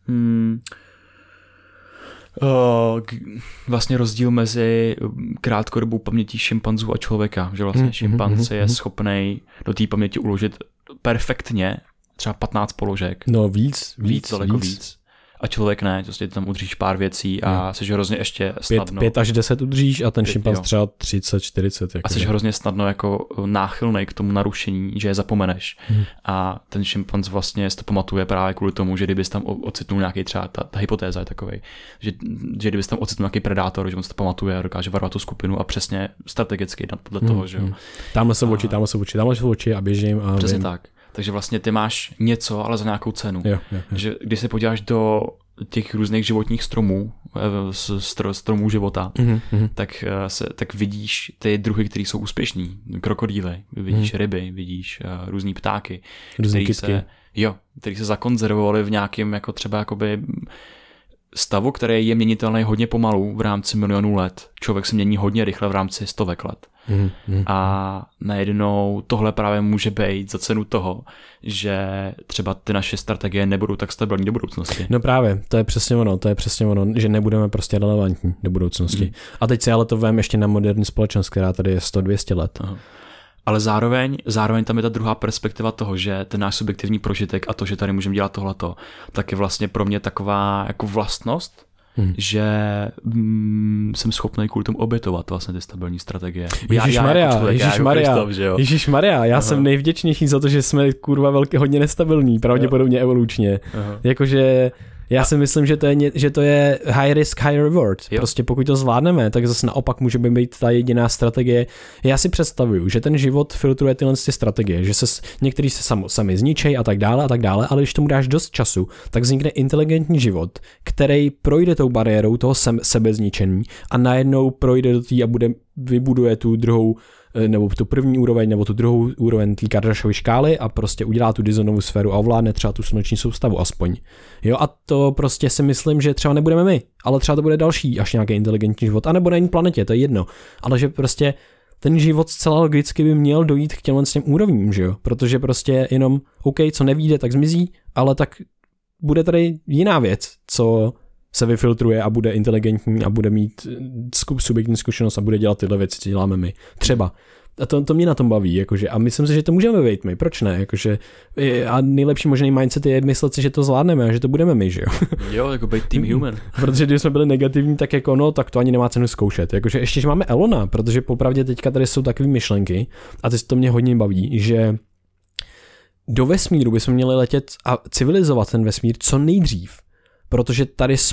vlastně rozdíl mezi krátkodobou pamětí šimpanzů a člověka, že vlastně šimpanz je schopnej do té paměti uložit perfektně třeba 15 položek. No víc. A člověk ne, prostě tam udržíš pár věcí a jsi hrozně ještě snadno. 5 až 10 udržíš a ten šimpanz třeba 30, 40. A jsi hrozně snadno jako náchylnej k tomu narušení, že je zapomeneš. A ten šimpanz vlastně si to pamatuje právě kvůli tomu, že kdybys tam ocitnul nějaký třeba, ta hypotéza je takovej, že kdybys tam ocitnul nějaký predátor, že on si to pamatuje a dokáže varovat tu skupinu a přesně strategicky jednat podle toho, že jo. Tamhle se oči a běžím a přesně tak. Takže vlastně ty máš něco, ale za nějakou cenu. Jo. Že když se podíváš do těch různých životních stromů, stromů života, tak vidíš ty druhy, které jsou úspěšní. Krokodýly, vidíš ryby, vidíš různý ptáky, který se zakonzervovali v nějakém jako třeba jakoby stavu, který je měnitelný hodně pomalu v rámci milionů let. Člověk se mění hodně rychle v rámci 100 let. A najednou tohle právě může být za cenu toho, že třeba ty naše strategie nebudou tak stabilní do budoucnosti. No právě, to je přesně ono, že nebudeme prostě relevantní do budoucnosti. A teď se ale to vem ještě na moderní společnost, která tady je 100-200 let. Aha. Ale zároveň tam je ta druhá perspektiva toho, že ten náš subjektivní prožitek a to, že tady můžeme dělat tohleto, tak je vlastně pro mě taková jako vlastnost, že jsem schopný kvůli tomu obětovat vlastně ty stabilní strategie. Ježišmarja, já jsem nejvděčnější za to, že jsme kurva hodně nestabilní, pravděpodobně evolučně. Jakože já si myslím, že to je high risk, high reward. Prostě pokud to zvládneme, tak zase naopak může být ta jediná strategie. Já si představuju, že ten život filtruje tyhle strategie, že se některý se sami zničej a tak dále, ale když tomu dáš dost času, tak vznikne inteligentní život, který projde tou bariérou toho sebezničení a najednou projde do té a vybuduje tu druhou nebo tu první úroveň, nebo tu druhou úroveň té Kardashiovy škály a prostě udělá tu Dysonovu sféru a ovládne třeba tu sluneční soustavu aspoň. Jo, a to prostě si myslím, že třeba nebudeme my, ale třeba to bude další až nějaký inteligentní život, anebo na jiné planetě, to je jedno. Ale že prostě ten život zcela logicky by měl dojít k těm úrovním, že jo? Protože prostě jenom, OK, co nevíde, tak zmizí, ale tak bude tady jiná věc, co se vyfiltruje a bude inteligentní a bude mít subjektní zkušenost a bude dělat tyhle věci, co děláme my. Třeba. A to mě na tom baví, jakože, a myslím si, že to můžeme být my, proč ne, jakože, a nejlepší možný mindset je myslet si, že to zvládneme a že to budeme my, že jo. Jo, jako být team human. Protože když jsme byli negativní, tak jako no, tak to ani nemá cenu zkoušet, jakože ještě, že máme Elona, protože popravdě teďka tady jsou takové myšlenky a to mě hodně baví, že do vesmíru bychom měli letět a civilizovat ten vesmír co nejdřív. Protože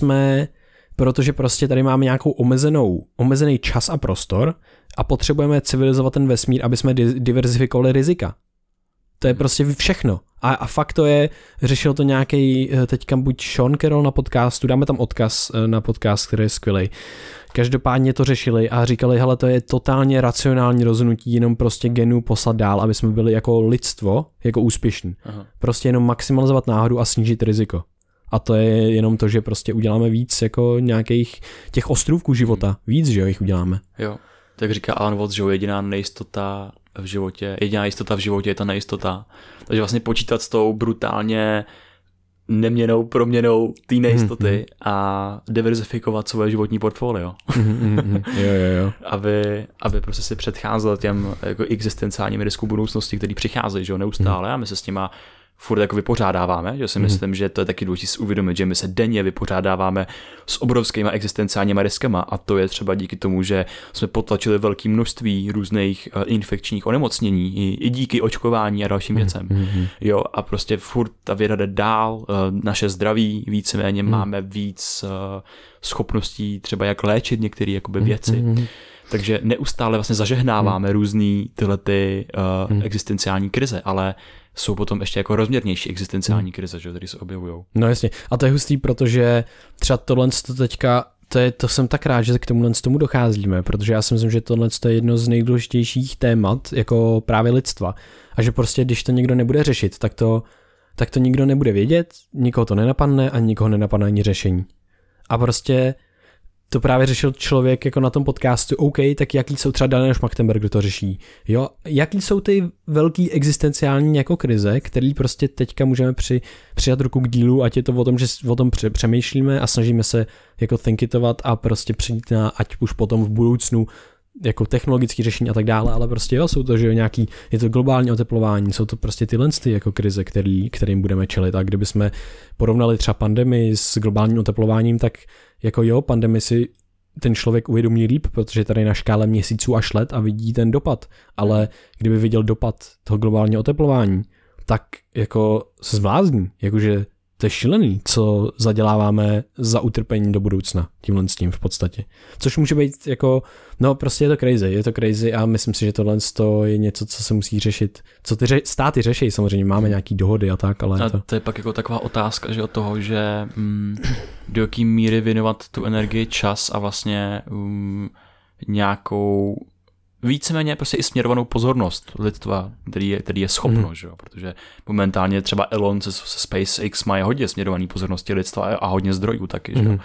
prostě tady máme nějakou omezený čas a prostor a potřebujeme civilizovat ten vesmír, aby jsme diverzifikovali rizika. To je prostě všechno. A fakt to je, řešil to nějaký teďka buď Sean Carroll na podcastu, dáme tam odkaz na podcast, který je skvělej. Každopádně to řešili a říkali, hele, to je totálně racionální rozhodnutí, jenom prostě genů poslat dál, aby jsme byli jako lidstvo, jako úspěšní. Aha. Prostě jenom maximalizovat náhodu a snížit riziko. A to je jenom to, že prostě uděláme víc jako nějakých těch ostrůvků života. Víc, že jo, jich uděláme. Jo, tak říká Alan Watts, že jediná jistota v životě je ta nejistota. Takže vlastně počítat s tou brutálně neměnou proměnou té nejistoty a diverzifikovat svoje životní portfolio. Jo. Aby prostě si předcházel těm jako existenciálním riskům budoucnosti, který přicházejí, že jo, neustále a my se s těma furt jako vypořádáváme, že si myslím, že to je taky důležité si uvědomit, že my se denně vypořádáváme s obrovskýma existenciálníma riskama a to je třeba díky tomu, že jsme potlačili velké množství různých infekčních onemocnění i díky očkování a dalším věcem. Jo, a prostě furt ta věda jde dál, naše zdraví víceméně máme víc schopností třeba jak léčit některé jakoby věci. Takže neustále vlastně zažehnáváme různý tyhle ty existenciální krize, ale jsou potom ještě jako rozměrnější existenciální krize, že, které se objevujou. No jasně. A to je hustý, protože třeba tohle teďka, to jsem tak rád, že k tomu docházíme, protože já si myslím, že tohle je jedno z nejdůležitějších témat jako právě lidstva. A že prostě, když to někdo nebude řešit, tak to nikdo nebude vědět, nikoho to nenapadne a nikoho nenapadne ani řešení. A prostě to právě řešil člověk jako na tom podcastu, OK, tak jaký jsou třeba Daniel Schmachtenberg, kdo to řeší, jo, jaký jsou ty velký existenciální jako krize, který prostě teďka můžeme přijat ruku k dílu, ať je to o tom, že o tom přemýšlíme a snažíme se jako thinkitovat a prostě přijít na, ať už potom v budoucnu jako technologické řešení a tak dále, ale prostě jo, jsou to, že nějaký, je to globální oteplování, jsou to prostě tyhle jako krize, kterým budeme čelit a kdybychom porovnali třeba pandemii s globálním oteplováním, tak jako jo, pandemii si ten člověk uvědomí líp, protože tady na škále měsíců až let a vidí ten dopad, ale kdyby viděl dopad toho globálního oteplování, tak jako se zblázní, jakože to je šílený, co zaděláváme za utrpení do budoucna, tímhle s tím v podstatě. Což může být jako, no prostě je to crazy a myslím si, že tohle je něco, co se musí řešit. Co ty státy řeší, samozřejmě máme nějaký dohody a tak, ale... A to je pak jako taková otázka, že od toho, že do jaký míry věnovat tu energii, čas a vlastně nějakou víceméně prostě i směrovanou pozornost lidstva, který je schopno, že jo? Protože momentálně třeba Elon se SpaceX má hodně směrovaný pozornosti lidstva a hodně zdrojů taky, že jo?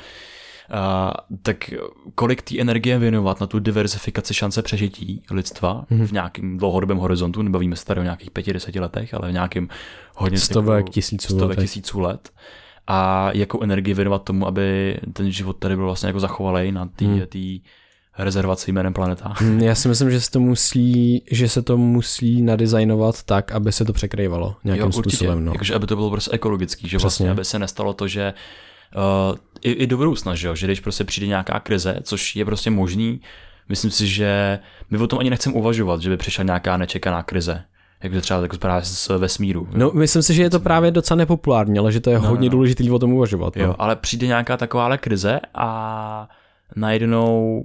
Tak kolik té energie věnovat na tu diverzifikaci šance přežití lidstva v nějakém dlouhodobém horizontu, nebavíme se tady o nějakých 5-10 letech, ale v nějakým hodně stovek tisíců let. A jakou energii věnovat tomu, aby ten život tady byl vlastně jako zachovalej na té rezervaci jménem planeta. Já si myslím, že se to musí nadizajnovat tak, aby se to překrývalo nějakým způsobem. No. Jakože aby to bylo prostě ekologický, že vlastně aby se nestalo to, že i do budoucna, že když prostě přijde nějaká krize, což je prostě možný, myslím si, že my o tom ani nechceme uvažovat, že by přišla nějaká nečekaná krize. Jak třeba tak právě z vesmíru. No, myslím si, že je to právě docela nepopulární, ale že to je hodně důležité o tom uvažovat. Jo, ale přijde nějaká takováhle krize a najednou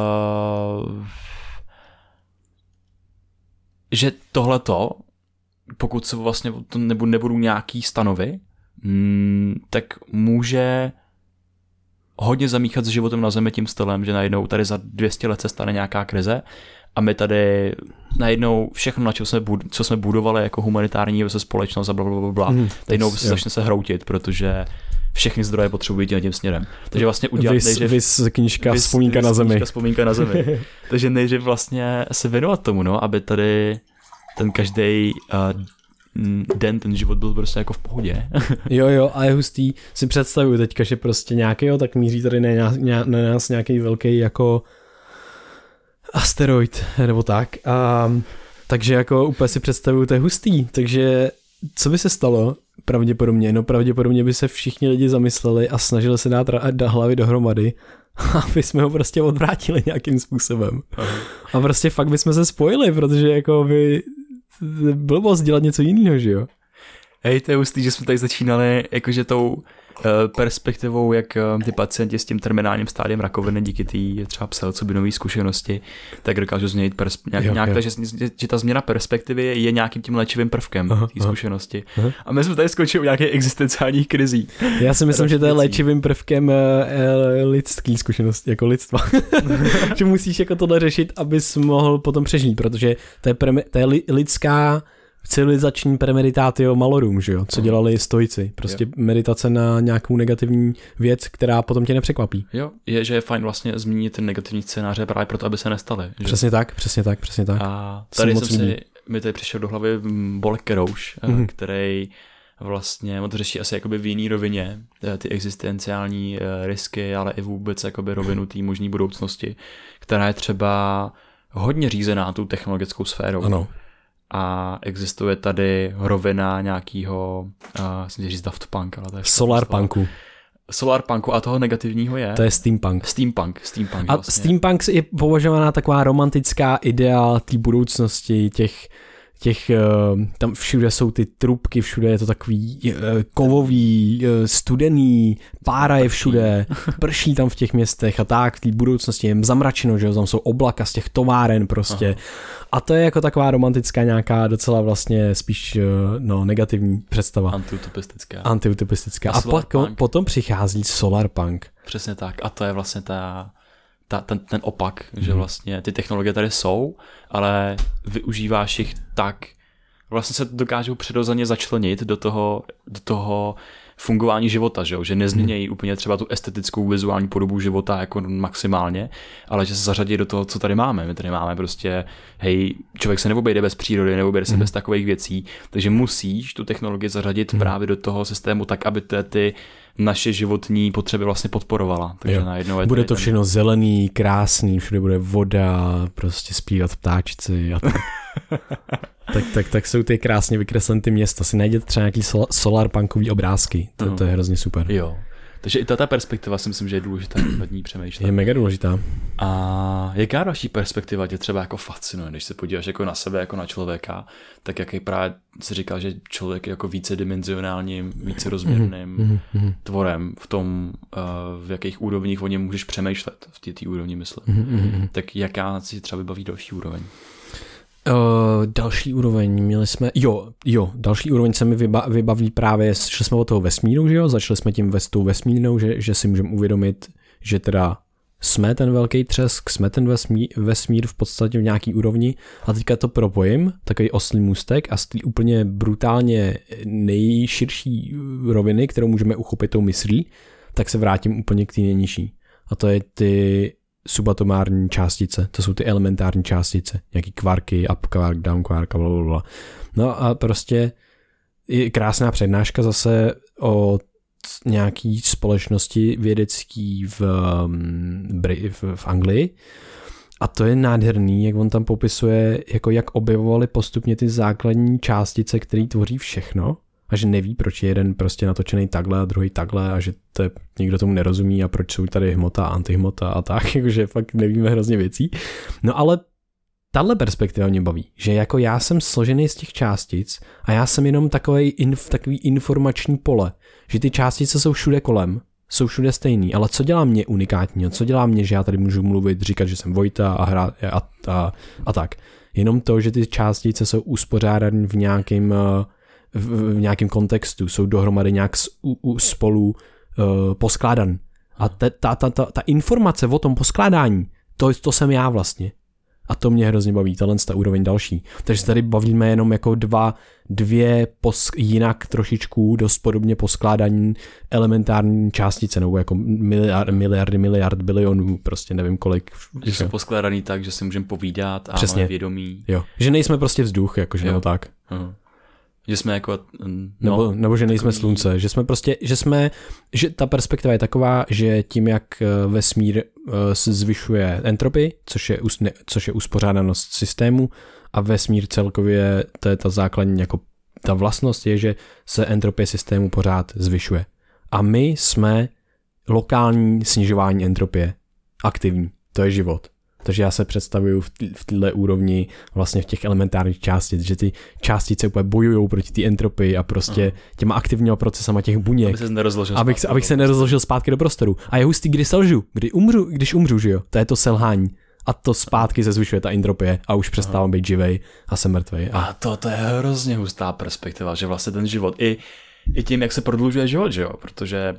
že tohleto, pokud se vlastně to nebudou nějaký stanovy, tak může hodně zamíchat s životem na Zemi tím stylem, že najednou tady za 200 let se stane nějaká krize a my tady najednou všechno, na co jsme budovali jako humanitární společnost a blablabla, najednou se začne se hroutit, protože všechny zdroje potřebují jít tím směrem. Takže vlastně udělat knížka Vzpomínka na Zemi. Vzpomínka na Zemi. Takže nejdřív vlastně se věnovat tomu, no, aby tady ten každý den, ten život byl prostě jako v pohodě. Jo, a je hustý, si představuju teďka, že prostě nějaký, tak míří tady na nás nějaký velký jako asteroid, nebo tak. Takže jako úplně si představuju, to je hustý. Takže co by se stalo? Pravděpodobně by se všichni lidi zamysleli a snažili se dát hlavy dohromady, aby jsme ho prostě odvrátili nějakým způsobem. Aha. A prostě fakt bychom se spojili, protože jako by blbost dělat něco jiného, že jo? Hej, to je hustý, že jsme tady začínali jakože tou perspektivou, jak ty pacienti s tím terminálním stádiem rakoviny díky té třeba psilocybinové zkušenosti, tak dokážou změnit nějak že ta změna perspektivy je nějakým tím léčivým prvkem té zkušenosti. Aha. A my jsme tady skončili u nějakých existenciálních krizí. Já si myslím, že to je léčivým prvkem lidský zkušenosti, jako lidstva. Že musíš jako tohle řešit, abys mohl potom přežít, protože to je lidská civilizační premeditatio malorum, že jo, co dělali stoici. Prostě meditace na nějakou negativní věc, která potom tě nepřekvapí. Jo, že je fajn vlastně zmínit ten negativní scénáře právě proto, aby se nestaly. Že? Přesně tak. A tady mi tady přišel do hlavy Bolek Kerouš, který vlastně, on to řeší asi jakoby v jiný rovině, ty existenciální risky, ale i vůbec jakoby rovinu té možné budoucnosti, která je třeba hodně řízená tou technologickou sférou. Ano. A existuje tady rovina nějakého, jsem říct Daft Punk, ale to je Solarpunku a toho negativního je. To je steampunk. Steampunk a vlastně. Steampunk je považovaná taková romantická idea té budoucnosti, těch tam všude jsou ty trubky, všude je to takový kovový, studený, pára je všude, prší tam v těch městech a tak, v té budoucnosti je zamračeno, že jo, tam jsou oblaka z těch továren prostě. Aha. A to je jako taková romantická nějaká docela vlastně spíš negativní představa. Antiutopistická. A potom přichází solarpunk. Přesně tak. A to je vlastně ten opak, že vlastně ty technologie tady jsou, ale využíváš jich tak, vlastně se dokážou přirozeně začlenit do toho fungování života, že nezměnějí úplně třeba tu estetickou vizuální podobu života jako maximálně, ale že se zařadí do toho, co tady máme. My tady máme prostě, hej, člověk se neobejde bez přírody, neobejde se bez takových věcí, takže musíš tu technologii zařadit právě do toho systému tak, aby ty naše životní potřeby vlastně podporovala. Takže najednou je bude to všechno zelený, krásný, všude bude voda, prostě zpívat ptáčci a tak jsou ty krásně vykreslené ty města. Si najděte třeba nějaký solarpunkový obrázky. To je hrozně super. Jo. Takže i ta perspektiva si myslím, že je důležitá nad ní přemýšlet. Je mega důležitá. A jaká další perspektiva tě třeba jako fascinuje, když se podíváš jako na sebe, jako na člověka, tak jaký právě si říkal, že člověk je jako vícedimenzionálním, vícerozměrným tvorem v tom, v jakých úrovních o něm můžeš přemýšlet v té úrovni mysle. Tak jaká si třeba vybaví další úroveň? Další úroveň měli jsme, další úroveň se mi vybaví právě, šli jsme od toho vesmíru, že jo, začali jsme tím tou vesmírnou, že si můžeme uvědomit, že teda jsme ten velký třesk, jsme ten vesmír v podstatě v nějaký úrovni a teďka to propojím, takový oslý můstek a z té úplně brutálně nejširší roviny, kterou můžeme uchopit tou myslí, tak se vrátím úplně k té nejnižší. A to je ty subatomární částice, to jsou ty elementární částice, nějaký kvarky, up kvark, down kvark a blablabla. No a prostě je krásná přednáška zase o nějaký společnosti vědecký v Anglii a to je nádherný, jak on tam popisuje, jako jak objevovali postupně ty základní částice, které tvoří všechno a a že neví, proč je jeden prostě natočený takhle a druhý takhle a že to je, nikdo tomu nerozumí a proč jsou tady hmota a antihmota a tak, jakože fakt nevíme hrozně věcí. No ale tahle perspektiva mě baví, že jako já jsem složený z těch částic a já jsem jenom takový informační pole, že ty částice jsou všude kolem, jsou všude stejný, ale co dělá mě unikátního, co dělá mě, že já tady můžu mluvit, říkat, že jsem Vojta a hrát a tak. Jenom to, že ty částice jsou uspořádané v nějakém kontextu, jsou dohromady nějak spolu poskládaný. A ta informace o tom poskládání, to jsem já vlastně. A to mě hrozně baví, ta úroveň další. Takže se tady bavíme jenom jako dvě jinak trošičku dost podobně poskládaní elementární částice, nebo jako miliard, bilionů, prostě nevím kolik. Že jsou poskládaný tak, že si můžeme povídat a máme vědomí. Jo, že nejsme prostě vzduch, jakože nebo tak. Že jsme jako... Nebo že nejsme slunce, že jsme prostě, že ta perspektiva je taková, že tím, jak vesmír se zvyšuje entropii, což je uspořádanost systému a vesmír celkově, to je ta základní, jako ta vlastnost je, že se entropie systému pořád zvyšuje. A my jsme lokální snižování entropie, aktivní, to je život. Takže já se představuju v této úrovni vlastně v těch elementárních částic, že ty částice úplně bojujou proti té entropii a prostě těma aktivníma procesama těch buněk. Abych se nerozložil zpátky do prostoru. A je hustý, kdy selžu, když umřu, že jo? To je to selhání. A to zpátky se zvyšuje ta entropie a už přestávám být živej a jsem mrtvej. A to je hrozně hustá perspektiva, že vlastně ten život i tím, jak se prodlužuje život, že jo? Protože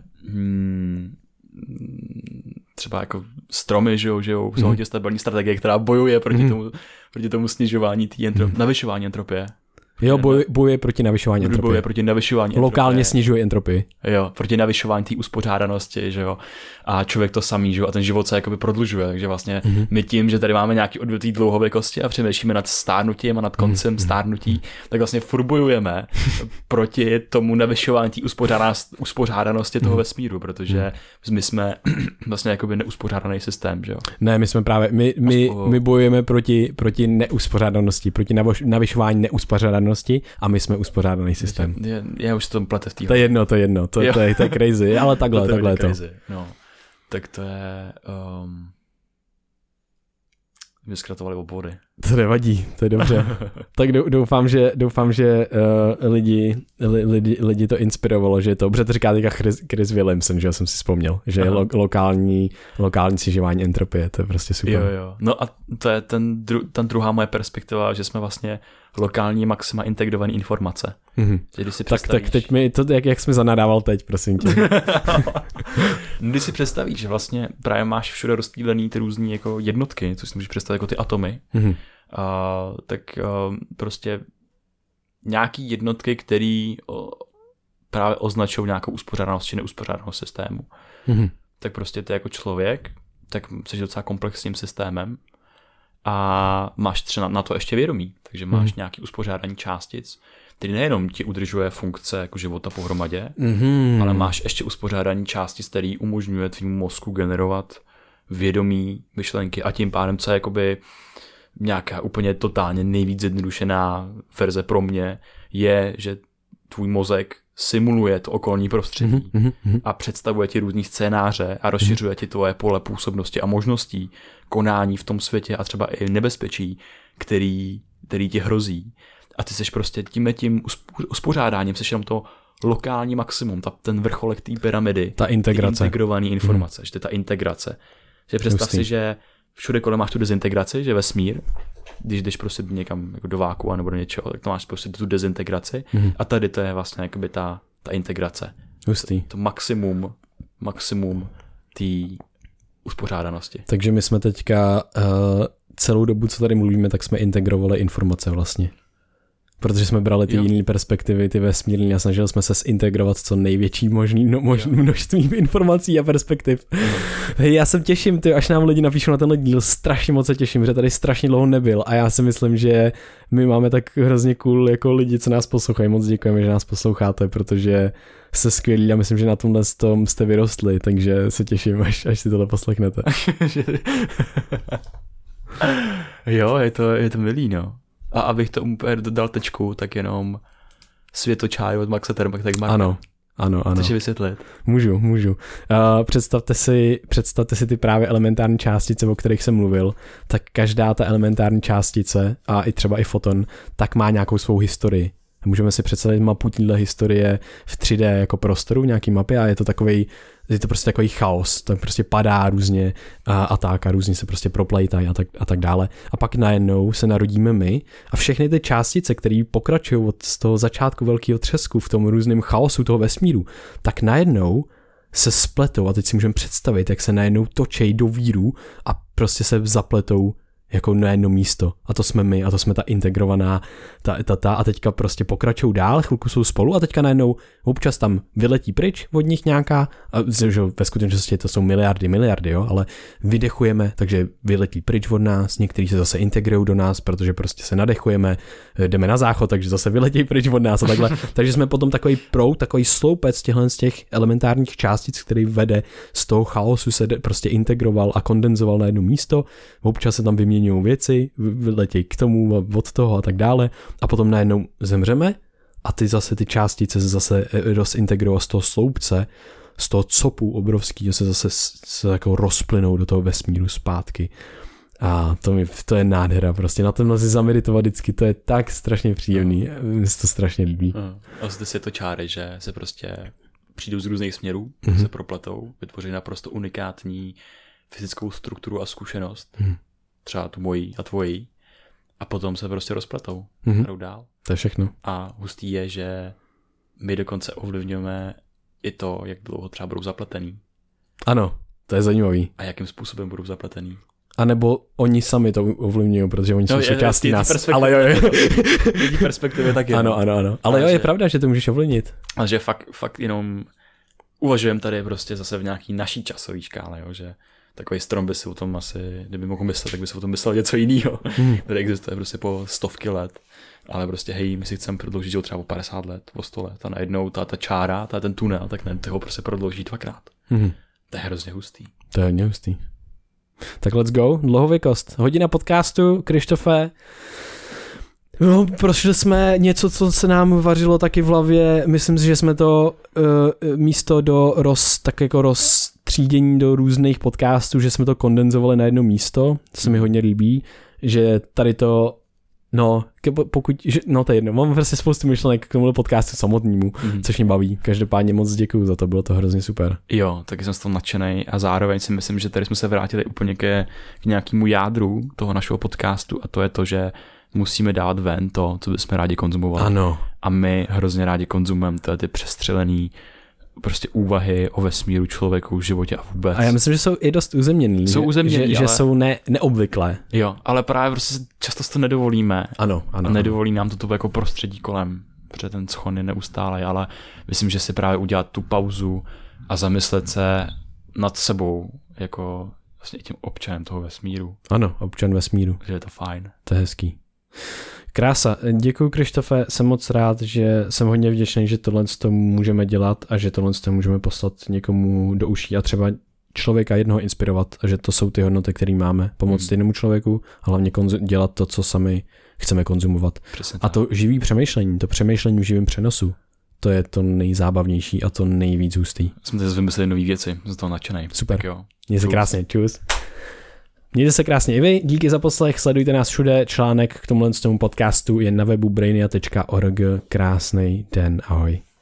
třeba jako stromy, že jo, jsou hodně stabilní strategie, která bojuje proti tomu snižování navyšování entropie. Jo, bojuje proti navyšování entropie. Bojuje proti navyšování entropie. Lokálně snižuje entropii. Jo, proti navyšování té uspořádanosti, že jo. A člověk to samý, že jo, a ten život se jakoby prodlužuje, takže vlastně my tím, že tady máme nějaký odvětví dlouhověkosti a přemýšlíme nad stárnutím a nad koncem stárnutí, tak vlastně furt bojujeme proti tomu navyšování té uspořádanosti toho vesmíru, protože my jsme vlastně jakoby neuspořádaný systém, že jo. Ne, my jsme právě, my bojujeme proti neuspořádanosti, proti navyšování neuspořádanosti a my jsme uspořádaný systém. Já už to plete v té. To je jedno, to je crazy, ale takhle je to. No, tak to je... Mě zkratovali obvody. To nevadí, to je dobře. Tak doufám, že lidi to inspirovalo, že je to, protože to říká teďka Chris Williamson, že jsem si vzpomněl, že je lokální snižování entropie, to je prostě super. Jo. No a to je ta druhá moje perspektiva, že jsme vlastně lokální maxima integrované informace. Tak teď mi to, jak jsme zanadával teď, prosím tě. Když si představíš, že vlastně právě máš všude rozptýlený ty různý jako jednotky, což si můžeš představit jako ty atomy, tak prostě nějaký jednotky, které právě označují nějakou uspořádanost či neuspořádanost systému. Tak prostě ty jako člověk, tak jsi docela komplexním systémem a máš třeba na to ještě vědomí, takže máš nějaký uspořádání částic, který nejenom ti udržuje funkce jako života pohromadě, ale máš ještě uspořádání částic, který umožňuje tvýmu mozku generovat vědomí myšlenky a tím pádem, co je jakoby nějaká úplně totálně nejvíc zjednodušená verze pro mě, je, že tvůj mozek simuluje to okolní prostředí a představuje ti různý scénáře a rozšiřuje ti tvoje pole působnosti a možností konání v tom světě a třeba i nebezpečí, který ti hrozí. A ty seš prostě tím uspořádáním, seš jenom to lokální maximum, ten vrcholek té pyramidy. Ta integrace. Integrovaný informace, že to je ta integrace. Že představ si, že všude kolem máš tu dezintegraci, že vesmír, když jdeš prostě někam jako do váku nebo do něčeho, tak to máš prostě tu dezintegraci a tady to je vlastně jakoby ta integrace. Hustý. To maximum té uspořádanosti. Takže my jsme teďka celou dobu, co tady mluvíme, tak jsme integrovali informace vlastně. Protože jsme brali ty jiné perspektivy, ty vesmírné a snažili jsme se zintegrovat co největší možný množství informací a perspektiv. Hej, já se těším, až nám lidi napíšou na tenhle díl, strašně moc se těším, že tady strašně dlouho nebyl a já si myslím, že my máme tak hrozně cool jako lidi, co nás poslouchají. Moc děkujeme, že nás posloucháte, protože jste skvělí a myslím, že na tomhle tom jste vyrostli, takže se těším, až si tohle poslechnete. Jo, je to milý, no. A abych to úplně dodal tečku, tak jenom světočáry od Maxe Tegmarka. Ano. Chceš vysvětlit? Můžu. Představte si ty právě elementární částice, o kterých jsem mluvil, tak každá ta elementární částice a i třeba i foton, tak má nějakou svou historii. Můžeme si představit mapu téhle historie v 3D jako prostoru v nějaký mapě a je to prostě takový chaos, to prostě padá různě a různě se prostě proplejtají a tak dále. A pak najednou se narodíme my a všechny ty částice, které pokračují od z toho začátku velkého třesku v tom různém chaosu toho vesmíru, tak najednou se spletou a teď si můžeme představit, jak se najednou točejí do víru a prostě se zapletou jako na jedno místo. A to jsme my, a to jsme ta integrovaná, a teďka prostě pokračují dál, chvilku jsou spolu a teďka najednou občas tam vyletí pryč od nich nějaká, a že ve skutečnosti to jsou miliardy, jo, ale vydechujeme, takže vyletí pryč od nás, někteří se zase integrují do nás, protože prostě se nadechujeme, jdeme na záchod, takže zase vyletí pryč od nás a takhle. Takže jsme potom takový proud, takový sloupec z těch elementárních částic, který vede z toho chaosu, se prostě integroval a kondenzoval na jedno místo, občas se tam vyměňují věci, vyletějí k tomu od toho a tak dále a potom najednou zemřeme a ty částice se zase rozintegrují z toho sloupce, z toho copu obrovského se zase jako rozplynou do toho vesmíru zpátky. A to je nádhera, prostě na tomhle si zameditovat vždycky, to je tak strašně příjemný, mi se to strašně líbí. A zde se to čáry, že se prostě přijdou z různých směrů, se propletou, vytvoří naprosto unikátní fyzickou strukturu a zkušenost, třeba tu mojí a tvojí, a potom se prostě rozpletou, jdou dál. To je všechno. A hustý je, že my dokonce ovlivňujeme i to, jak dlouho třeba budou zapletený. Ano, to je zajímavý. A jakým způsobem budou zapletený. A nebo oni sami to ovlivňují, protože oni jsou součástí nás. Ale jo. Lidí perspektivy taky. Ano. Ale jo, je pravda, že to můžeš ovlivnit. A že fakt jenom uvažujeme tady prostě zase v nějaký naší časové škále, jo, že takový strom by si o tom asi, kdyby mohl myslet, tak by si o tom myslel něco jiného. Tady existuje prostě po stovky let. Ale prostě hej, my si chceme prodloužit život třeba o 50 let, o 100 let a najednou ta čára, ten tunel, tak ne, ho prostě prodlouží 2krát. To je hrozně hustý. To je hodně hustý. Tak let's go, dlouhověkost. Hodina podcastu, Krištofe. No, prošli jsme něco, co se nám vařilo taky v hlavě. Myslím si, že jsme to místo do roztřídění do různých podcastů, že jsme to kondenzovali na jedno místo. To se mi hodně líbí, že tady to to je jedno, mám prostě spoustu myšlenek k tomuhle podcastu samotnému, což mě baví. Každopádně moc děkuju za to, bylo to hrozně super. Jo, taky jsem z toho nadšenej a zároveň si myslím, že tady jsme se vrátili úplně k nějakému jádru toho našeho podcastu a to je to, že musíme dát ven to, co bychom rádi konzumovali. Ano. A my hrozně rádi konzumujeme ty přestřelený prostě úvahy o vesmíru, člověku, životě a vůbec. A já myslím, že jsou i dost uzemněný. Že jsou neobvyklé. Jo, ale právě prostě často to nedovolíme. Ano. Nedovolí nám to jako prostředí kolem, protože ten schon je neustálý, ale myslím, že si právě udělat tu pauzu a zamyslet se nad sebou, jako vlastně tím občanem toho vesmíru. Ano, občan vesmíru. Že je to fajn. To je hezký. Krása. Děkuji, Krištofe, jsem moc rád, že jsem hodně vděčný, že tohle to můžeme dělat a že tohle to můžeme poslat někomu do uší a třeba člověka jednoho inspirovat a že to jsou ty hodnoty, které máme. Pomoct jednomu člověku a hlavně dělat to, co sami chceme konzumovat. Přesně a to živý přemýšlení, to přemýšlení v živém přenosu, to je to nejzábavnější a to nejvíc hustý. Jsme teď vymysleli nový věci, z toho nadšenej. Super. Mějte se krásně, čus. Mějte se krásně i vy, díky za poslech, sledujte nás všude, článek k tomuhle podcastu je na webu brainia.org. Krásnej den, ahoj.